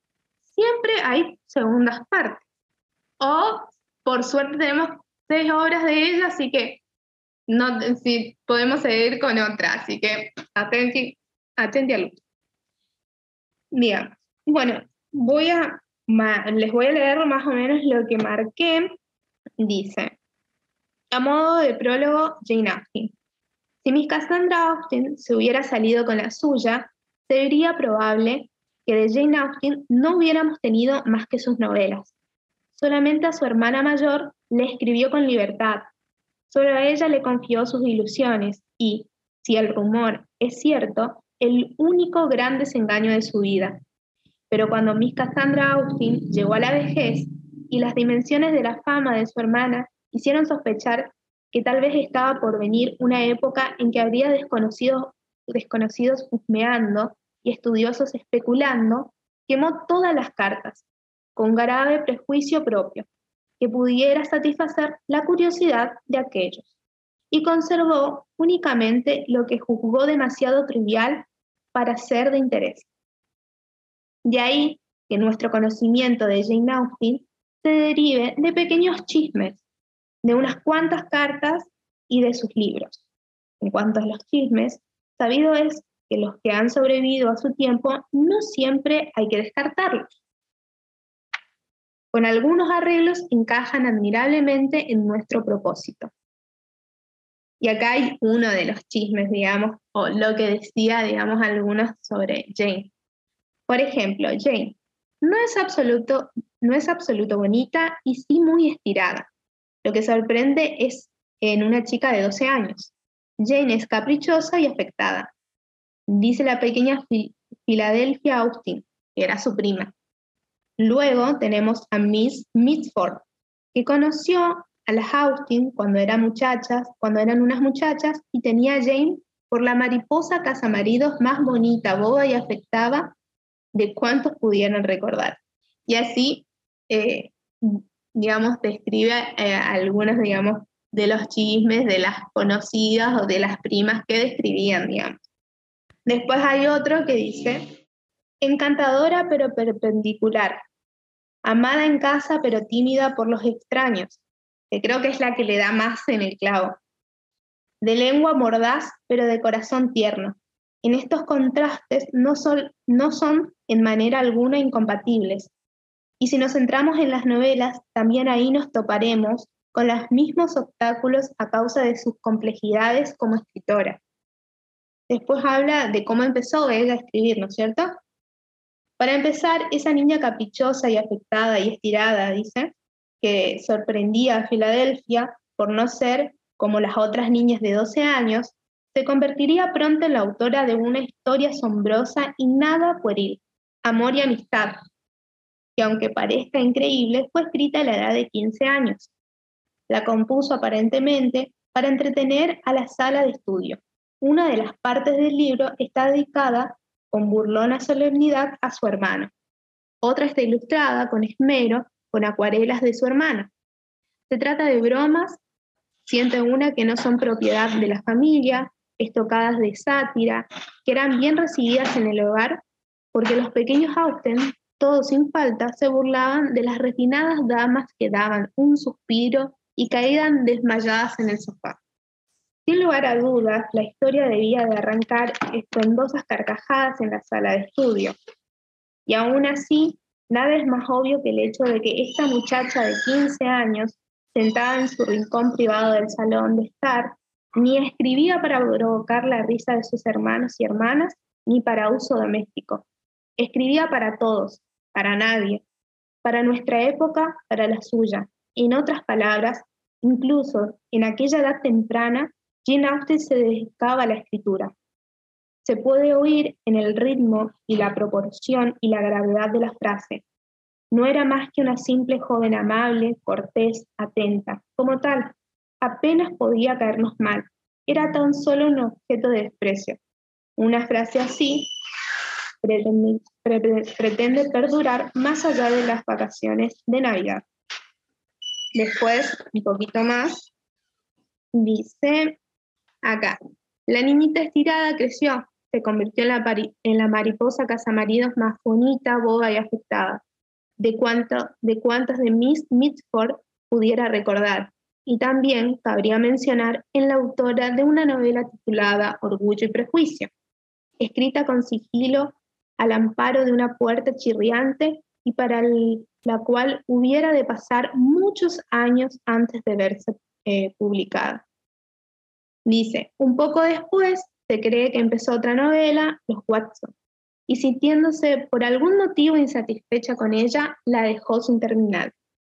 Speaker 1: siempre hay segundas partes. O, por suerte, tenemos seis obras de ella, así que no, si podemos seguir con otra. Así que atenti, atenti al uso. Bien, bueno, voy a, les voy a leer más o menos lo que marqué. Dice, a modo de prólogo, Jane Austen. Si Miss Cassandra Austen se hubiera salido con la suya, sería probable que de Jane Austen no hubiéramos tenido más que sus novelas. Solamente a su hermana mayor le escribió con libertad. Solo a ella le confió sus ilusiones y, si el rumor es cierto, el único gran desengaño de su vida. Pero cuando Miss Cassandra Austen llegó a la vejez y las dimensiones de la fama de su hermana hicieron sospechar que tal vez estaba por venir una época en que habría desconocidos, desconocidos husmeando y estudiosos especulando, quemó todas las cartas, con grave prejuicio propio, que pudiera satisfacer la curiosidad de aquellos, y conservó únicamente lo que juzgó demasiado trivial para ser de interés. De ahí que nuestro conocimiento de Jane Austen se derive de pequeños chismes, de unas cuantas cartas y de sus libros. En cuanto a los chismes, sabido es que los que han sobrevivido a su tiempo no siempre hay que descartarlos. Con algunos arreglos encajan admirablemente en nuestro propósito. Y acá hay uno de los chismes, digamos, o lo que decía, digamos, algunos sobre Jane. Por ejemplo, Jane no es absoluto, no es absoluto bonita y sí muy estirada. Lo que sorprende es en una chica de doce años. Jane es caprichosa y afectada, dice la pequeña Philadelphia Austen, que era su prima. Luego tenemos a Miss Mitford, que conoció a las Austen cuando eran muchachas, cuando eran unas muchachas, y tenía a Jane por la mariposa casamaridos más bonita, boba y afectada de cuantos pudieran recordar. Y así, eh, digamos, describe eh, algunos, digamos, de los chismes de las conocidas o de las primas que describían, digamos. Después hay otro que dice, encantadora pero perpendicular, amada en casa pero tímida por los extraños, que creo que es la que le da más en el clavo. De lengua mordaz pero de corazón tierno. En estos contrastes no son, no son en manera alguna incompatibles. Y si nos centramos en las novelas, también ahí nos toparemos con los mismos obstáculos a causa de sus complejidades como escritora. Después habla de cómo empezó ella a escribir, ¿no es cierto? Para empezar, esa niña caprichosa y afectada y estirada, dice, que sorprendía a Filadelfia por no ser como las otras niñas de doce años, se convertiría pronto en la autora de una historia asombrosa y nada pueril, Amor y Amistad, que aunque parezca increíble, fue escrita a la edad de quince años. La compuso aparentemente para entretener a la sala de estudio. Una de las partes del libro está dedicada con burlona solemnidad a su hermano. Otra está ilustrada con esmero con acuarelas de su hermana. Se trata de bromas, siente una que no son propiedad de la familia, estocadas de sátira, que eran bien recibidas en el hogar, porque los pequeños Austen, todos sin falta, se burlaban de las refinadas damas que daban un suspiro y caían desmayadas en el sofá. Sin lugar a dudas, la historia debía de arrancar estruendosas carcajadas en la sala de estudio. Y aún así, nada es más obvio que el hecho de que esta muchacha de quince años, sentada en su rincón privado del salón de estar, ni escribía para provocar la risa de sus hermanos y hermanas, ni para uso doméstico. Escribía para todos, para nadie, para nuestra época, para la suya. En otras palabras, incluso en aquella edad temprana, Jane Austen se dedicaba a la escritura. Se puede oír en el ritmo y la proporción y la gravedad de la frase. No era más que una simple joven amable, cortés, atenta. Como tal, apenas podía caernos mal. Era tan solo un objeto de desprecio. Una frase así pretende, pre, pretende perdurar más allá de las vacaciones de Navidad. Después, un poquito más, dice acá, la niñita estirada creció, se convirtió en la, pari, en la mariposa casamaridos más bonita, boba y afectada. de, cuánto, de cuántas de Miss Mitford pudiera recordar. Y también cabría mencionar en la autora de una novela titulada Orgullo y Prejuicio, escrita con sigilo al amparo de una puerta chirriante y para el, la cual hubiera de pasar muchos años antes de verse eh, publicada. Dice, un poco después se cree que empezó otra novela, Los Watson, y sintiéndose por algún motivo insatisfecha con ella, la dejó sin terminar.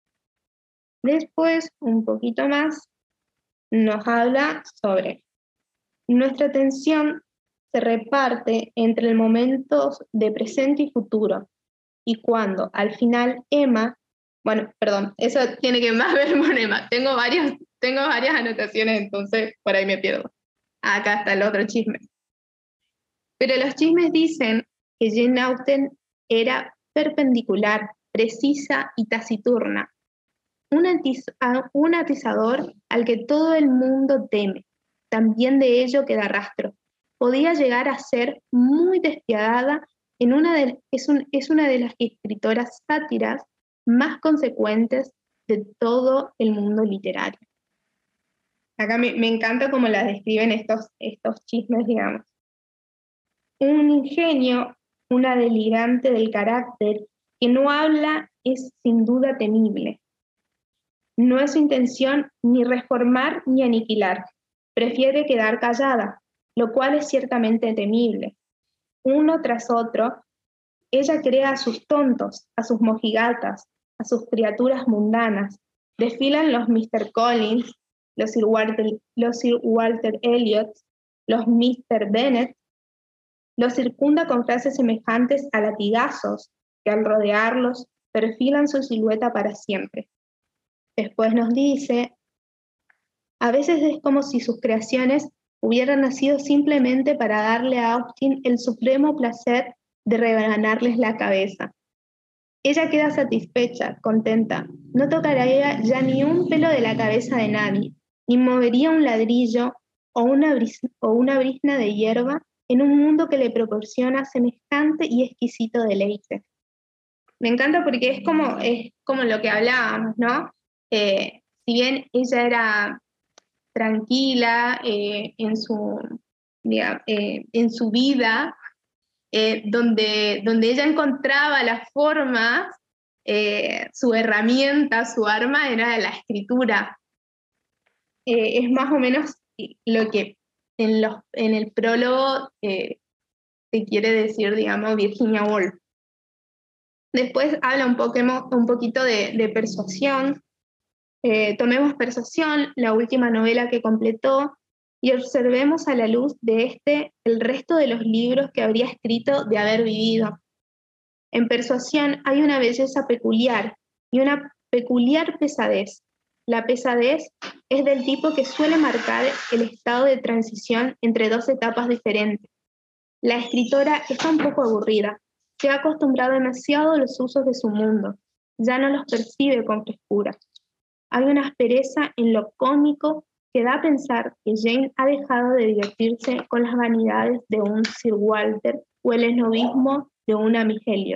Speaker 1: Después, un poquito más, nos habla sobre nuestra atención se reparte entre el momento de presente y futuro, y cuando al final Emma, bueno, perdón, eso tiene que más ver con Emma, tengo, varios, tengo varias anotaciones, entonces por ahí me pierdo. Acá está el otro chisme. Pero los chismes dicen que Jane Austen era perpendicular, precisa y taciturna, un, atiz, un atizador al que todo el mundo teme, también de ello queda rastro. Podía llegar a ser muy despiadada, en una de, es, un, es una de las escritoras sátiras más consecuentes de todo el mundo literario. Acá me, me encanta cómo las describen estos, estos chismes, digamos. Un ingenio, una delirante del carácter, que no habla es sin duda temible. No es su intención ni reformar ni aniquilar, prefiere quedar callada, lo cual es ciertamente temible. Uno tras otro, ella crea a sus tontos, a sus mojigatas, a sus criaturas mundanas. Desfilan los mister Collins, los Sir Walter, los Sir Walter Elliot, los mister Bennet, los circunda con frases semejantes a latigazos que al rodearlos perfilan su silueta para siempre. Después nos dice, a veces es como si sus creaciones hubieran nacido simplemente para darle a Austen el supremo placer de rebanarles la cabeza. Ella queda satisfecha, contenta, no tocaría ya ni un pelo de la cabeza de nadie, ni movería un ladrillo o una, bris- o una brizna de hierba en un mundo que le proporciona semejante y exquisito deleite. Me encanta porque es como, es como lo que hablábamos, ¿no? Eh, si bien ella era tranquila eh, en, su, digamos, eh, en su vida, eh, donde, donde ella encontraba las formas, eh, su herramienta, su arma era la escritura. Eh, es más o menos lo que en, los, en el prólogo eh, te quiere decir, digamos, Virginia Woolf. Después habla un, poquemo, un poquito de, de persuasión. Eh, tomemos Persuasión, la última novela que completó, y observemos a la luz de este el resto de los libros que habría escrito de haber vivido. En Persuasión hay una belleza peculiar y una peculiar pesadez. La pesadez es del tipo que suele marcar el estado de transición entre dos etapas diferentes. La escritora está un poco aburrida, se ha acostumbrado demasiado a los usos de su mundo, ya no los percibe con frescura. Hay una aspereza en lo cómico que da a pensar que Jane ha dejado de divertirse con las vanidades de un Sir Walter o el esnobismo de una Miss Elliot.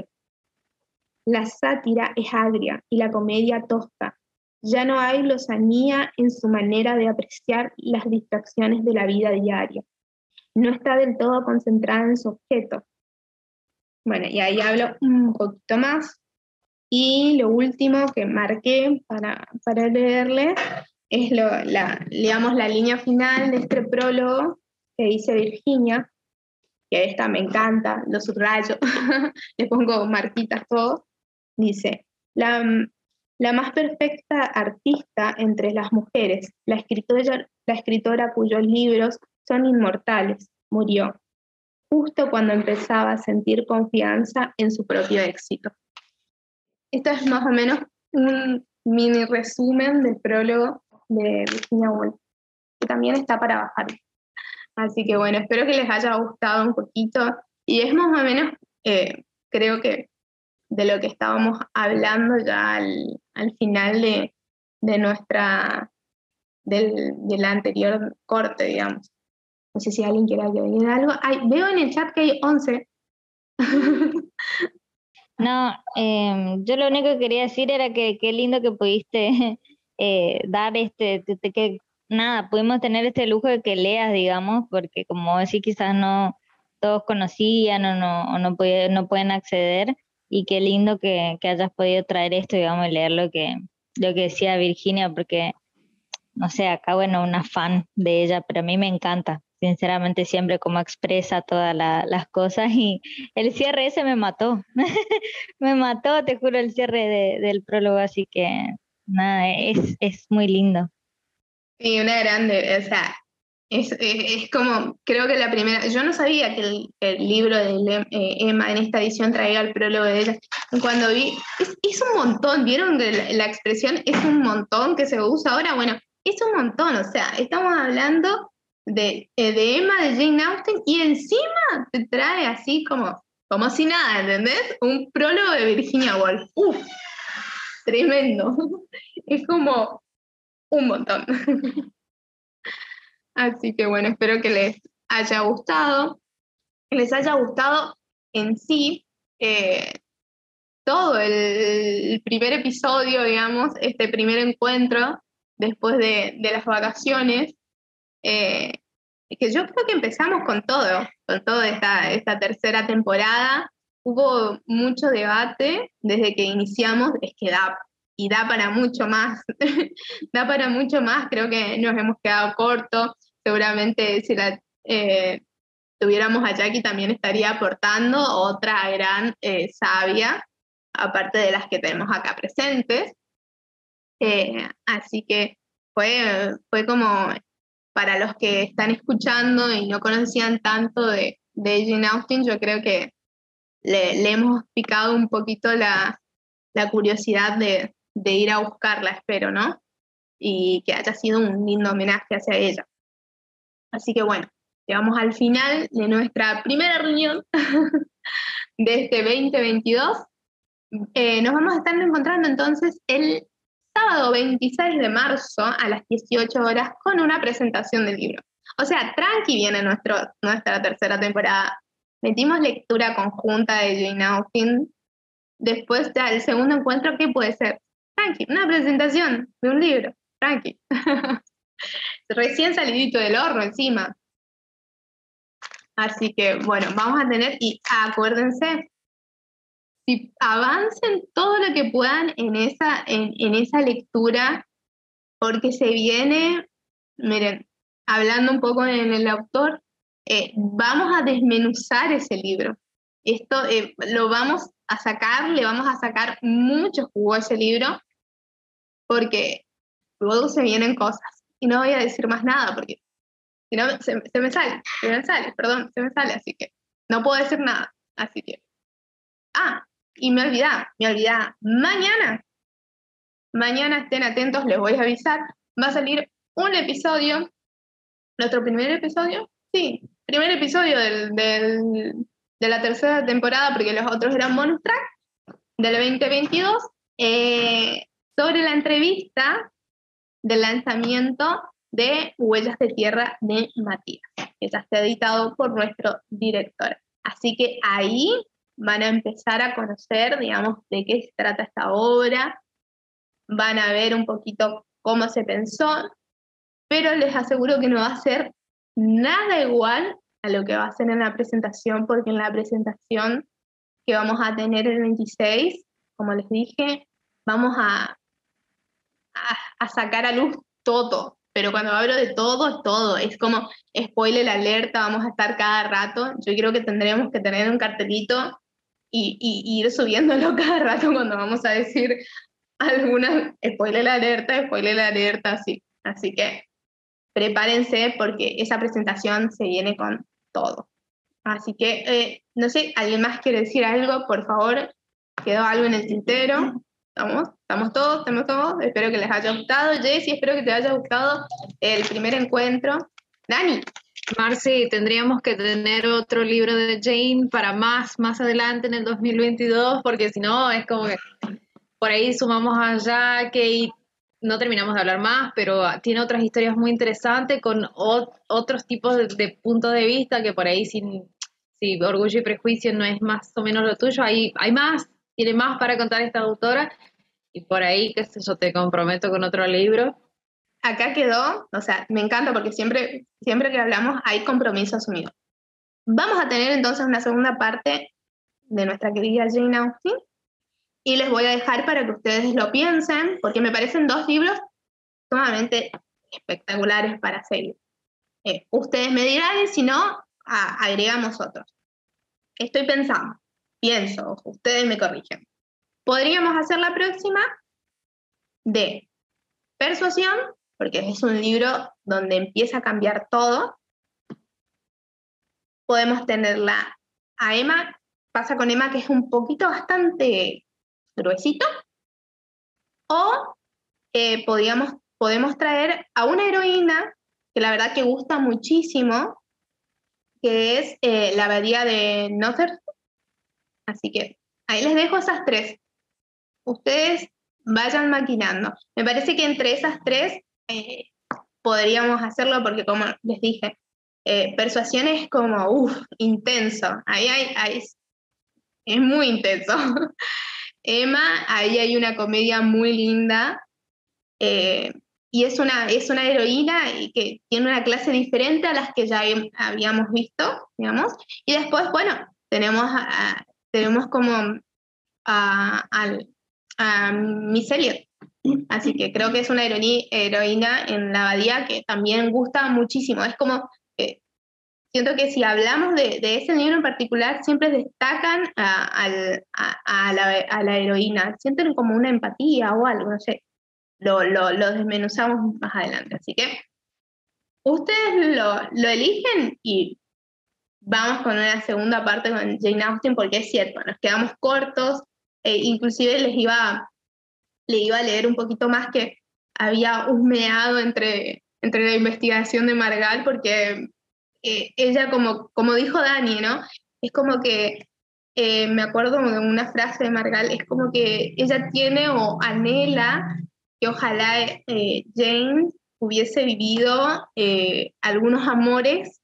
Speaker 1: La sátira es agria y la comedia tosca. Ya no hay lozanía en su manera de apreciar las distracciones de la vida diaria. No está del todo concentrada en su objeto. Bueno, y ahí hablo un poquito más. Y lo último que marqué para, para leerles es lo, la, digamos, la línea final de este prólogo que dice Virginia, que esta me encanta, lo subrayo, le pongo marquitas todo. Dice, la, la más perfecta artista entre las mujeres, la escritora, la escritora cuyos libros son inmortales, murió, justo cuando empezaba a sentir confianza en su propio éxito. Esto es más o menos un mini resumen del prólogo de Virginia Woolf, que también está para bajar. Así que bueno, espero que les haya gustado un poquito. Y es más o menos, eh, creo que de lo que estábamos hablando ya al, al final de, de nuestra, del, del anterior corte, digamos. No sé si alguien quiere añadir algo. Ay, veo en el chat que hay once.
Speaker 5: No, em, yo lo único que quería decir era que qué lindo que pudiste eh, dar este, te- te- que nada, pudimos tener este lujo de que leas, digamos, porque como decís, quizás no todos conocían o no, o no, puede- no pueden acceder, y qué lindo que, que hayas podido traer esto, digamos, y leer lo que, lo que decía Virginia, porque no sé, acá, bueno, una fan de ella, pero a mí me encanta, sinceramente, siempre cómo expresa todas la- las cosas, y el cierre ese me mató, me mató, te juro, el cierre de- del prólogo, así que nada, es, es muy lindo.
Speaker 1: Sí, una grande, o sea, es, es, es como, creo que la primera, yo no sabía que el, el libro de Lem- eh, Emma en esta edición traía el prólogo de ella. Cuando vi, es, es un montón, ¿vieron que la, la expresión es un montón que se usa ahora? Bueno, es un montón, o sea, estamos hablando de, eh, de Emma, de Jane Austen, y encima te trae así como, como si nada, ¿entendés? Un prólogo de Virginia Woolf. ¡Uf! Tremendo. Es como un montón. Así que bueno, espero que les haya gustado, que les haya gustado en sí eh, todo el, el primer episodio, digamos, este primer encuentro después de, de las vacaciones, eh, que yo creo que empezamos con todo, con toda esta, esta tercera temporada. Hubo mucho debate desde que iniciamos, es que da, y da para mucho más, da para mucho más, creo que nos hemos quedado cortos, seguramente si la eh, tuviéramos a Jackie también estaría aportando otra gran eh, sabia, aparte de las que tenemos acá presentes. Eh, así que fue, fue como para los que están escuchando y no conocían tanto de, de Jane Austen, yo creo que le, le hemos picado un poquito la, la curiosidad de, de ir a buscarla, espero, ¿no? Y que haya sido un lindo homenaje hacia ella. Así que bueno, llegamos al final de nuestra primera reunión de este veinte veintidós. Eh, nos vamos a estar encontrando entonces el sábado veintiséis de marzo a las dieciocho horas con una presentación del libro. O sea, tranqui viene nuestro, nuestra tercera temporada. Metimos lectura conjunta de Jane Austen. Después del segundo encuentro, ¿qué puede ser? Tranqui, una presentación de un libro. Tranqui. Recién salidito del horno encima. Así que bueno, vamos a tener, y acuérdense, si avancen todo lo que puedan en esa, en, en esa lectura, porque se viene, miren, hablando un poco en el autor, eh, vamos a desmenuzar ese libro. Esto eh, lo vamos a sacar, le vamos a sacar mucho jugo a ese libro, porque luego se vienen cosas. Y no voy a decir más nada, porque si no, se, se me sale, se me sale, perdón, se me sale, así que no puedo decir nada. Así que, ah, y me olvidaba, me olvidaba, mañana, mañana estén atentos, les voy a avisar, va a salir un episodio, nuestro primer episodio, sí, primer episodio del, del, de la tercera temporada, porque los otros eran bonus track, del veinte veintidós, eh, sobre la entrevista del lanzamiento de Huellas de Tierra de Matías, que ya está editado por nuestro director. Así que ahí van a empezar a conocer, digamos, de qué se trata esta obra, van a ver un poquito cómo se pensó, pero les aseguro que no va a ser nada igual a lo que va a ser en la presentación, porque en la presentación que vamos a tener el veintiséis, como les dije, vamos a, a, a sacar a luz todo, pero cuando hablo de todo, es todo, es como spoiler alerta, vamos a estar cada rato, yo creo que tendremos que tener un cartelito y, y, y ir subiéndolo cada rato cuando vamos a decir alguna spoiler alerta, spoiler alerta, así, así que prepárense porque esa presentación se viene con todo. Así que, eh, no sé, ¿alguien más quiere decir algo? Por favor, ¿quedó algo en el tintero? ¿Estamos? ¿Estamos todos? ¿Estamos todos? Espero que les haya gustado. Jessy, espero que te haya gustado el primer encuentro. Dani.
Speaker 3: Marci, tendríamos que tener otro libro de Jane para más, más adelante en el dos mil veintidós, porque si no es como que por ahí sumamos a Jack y no terminamos de hablar más, pero tiene otras historias muy interesantes con o, otros tipos de, de puntos de vista que por ahí sin, si Orgullo y Prejuicio no es más o menos lo tuyo, hay, hay más, tiene más para contar esta autora, y por ahí, qué sé yo, te comprometo con otro libro.
Speaker 1: Acá quedó, o sea, me encanta porque siempre, siempre que hablamos hay compromiso asumido. Vamos a tener entonces una segunda parte de nuestra querida Jane Austen, y les voy a dejar para que ustedes lo piensen, porque me parecen dos libros sumamente espectaculares para seguir. Eh, ustedes me dirán, y si no, a, agregamos otros. Estoy pensando, pienso, ustedes me corrigen. Podríamos hacer la próxima de Persuasión, porque es un libro donde empieza a cambiar todo. Podemos tenerla a Emma, pasa con Emma que es un poquito bastante gruesito, o eh, podríamos, podemos traer a una heroína que la verdad que gusta muchísimo, que es eh, la abadía de Northanger. Así que ahí les dejo esas tres. Ustedes vayan maquinando. Me parece que entre esas tres eh, podríamos hacerlo porque, como les dije, eh, Persuasión es como, uff, intenso. Ahí hay, hay, es muy intenso. Emma, ahí hay una comedia muy linda, eh, y es una, es una heroína y que tiene una clase diferente a las que ya habíamos visto, digamos. Y después, bueno, tenemos, a, tenemos como a, a, a Miss Elliot. Así que creo que es una heroína en la abadía que también gusta muchísimo. Es como, eh, siento que si hablamos de, de ese libro en particular, siempre destacan a, a, a, la, a la heroína, sienten como una empatía o algo, no sé, lo, lo, lo desmenuzamos más adelante. Así que ustedes lo, lo eligen y vamos con una segunda parte con Jane Austen, porque es cierto, nos quedamos cortos, eh, inclusive les iba, le iba a leer un poquito más que había husmeado entre, entre la investigación de Margal, porque eh, ella, como, como dijo Dani, ¿no? Es como que, eh, me acuerdo de una frase de Margal, es como que ella tiene o anhela que ojalá eh, Jane hubiese vivido eh, algunos amores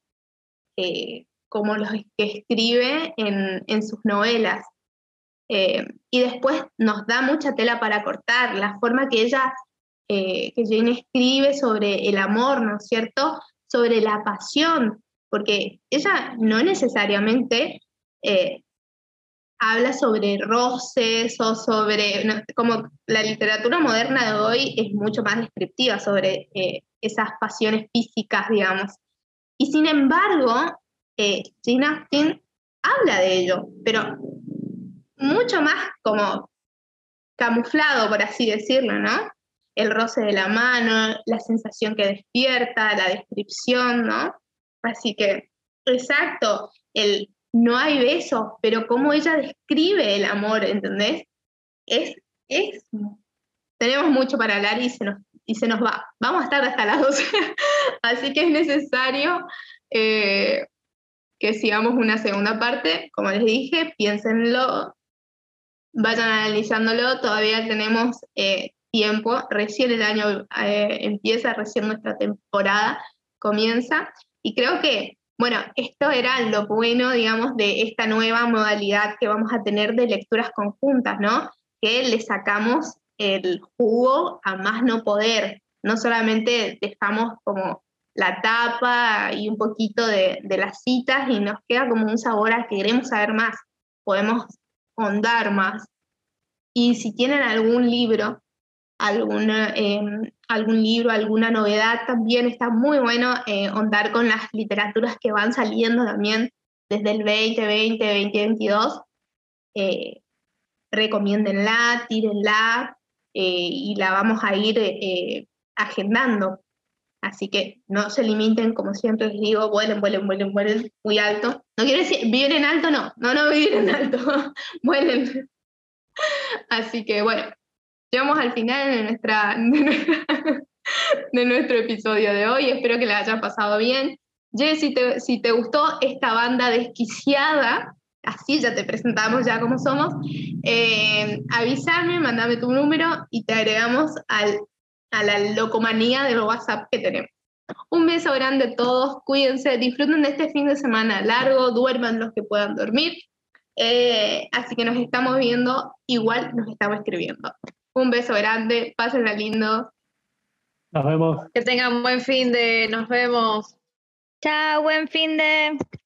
Speaker 1: eh, como los que escribe en, en sus novelas. Eh, y después nos da mucha tela para cortar, la forma que ella, eh, que Jane escribe sobre el amor, ¿no es cierto?, sobre la pasión, porque ella no necesariamente eh, habla sobre roces o sobre, no, como la literatura moderna de hoy es mucho más descriptiva sobre eh, esas pasiones físicas, digamos. Y sin embargo, eh, Jane Austen habla de ello, pero mucho más como camuflado, por así decirlo, ¿no? El roce de la mano, la sensación que despierta, la descripción, ¿no? Así que, exacto, el no hay besos, pero cómo ella describe el amor, ¿entendés? Es, es, tenemos mucho para hablar y se nos, y se nos va. Vamos a estar hasta las doce, así que es necesario eh, que sigamos una segunda parte. Como les dije, piénsenlo, vayan analizándolo, todavía tenemos eh, tiempo, recién el año eh, empieza, recién nuestra temporada comienza, y creo que, bueno, esto era lo bueno, digamos, de esta nueva modalidad que vamos a tener de lecturas conjuntas, ¿no? Que le sacamos el jugo a más no poder, no solamente dejamos como la tapa y un poquito de, de las citas y nos queda como un sabor a que queremos saber más, podemos ahondar más. Y si tienen algún libro, alguna, eh, algún libro, alguna novedad, también está muy bueno eh, ahondar con las literaturas que van saliendo también desde el veinte veinte, veinte veintidós. Eh, recomiéndenla, tírenla eh, y la vamos a ir eh, agendando. Así que no se limiten, como siempre les digo, vuelen, vuelen, vuelen, vuelen muy alto. No quiero decir, vivir en alto, no, no, no vivir en alto, vuelen. Así que bueno, llegamos al final de, nuestra, de, nuestra, de nuestro episodio de hoy. Espero que les haya pasado bien. Jess, si te, si te gustó esta banda desquiciada, así ya te presentamos ya como somos, eh, avísame, mandame tu número y te agregamos al, a la locomanía del WhatsApp que tenemos. Un beso grande a todos, cuídense, disfruten de este fin de semana largo, duerman los que puedan dormir. Eh, así que nos estamos viendo, igual nos estamos escribiendo. Un beso grande, pásenla lindo.
Speaker 4: Nos vemos.
Speaker 3: Que tengan buen fin de, nos vemos.
Speaker 5: Chao, buen fin de...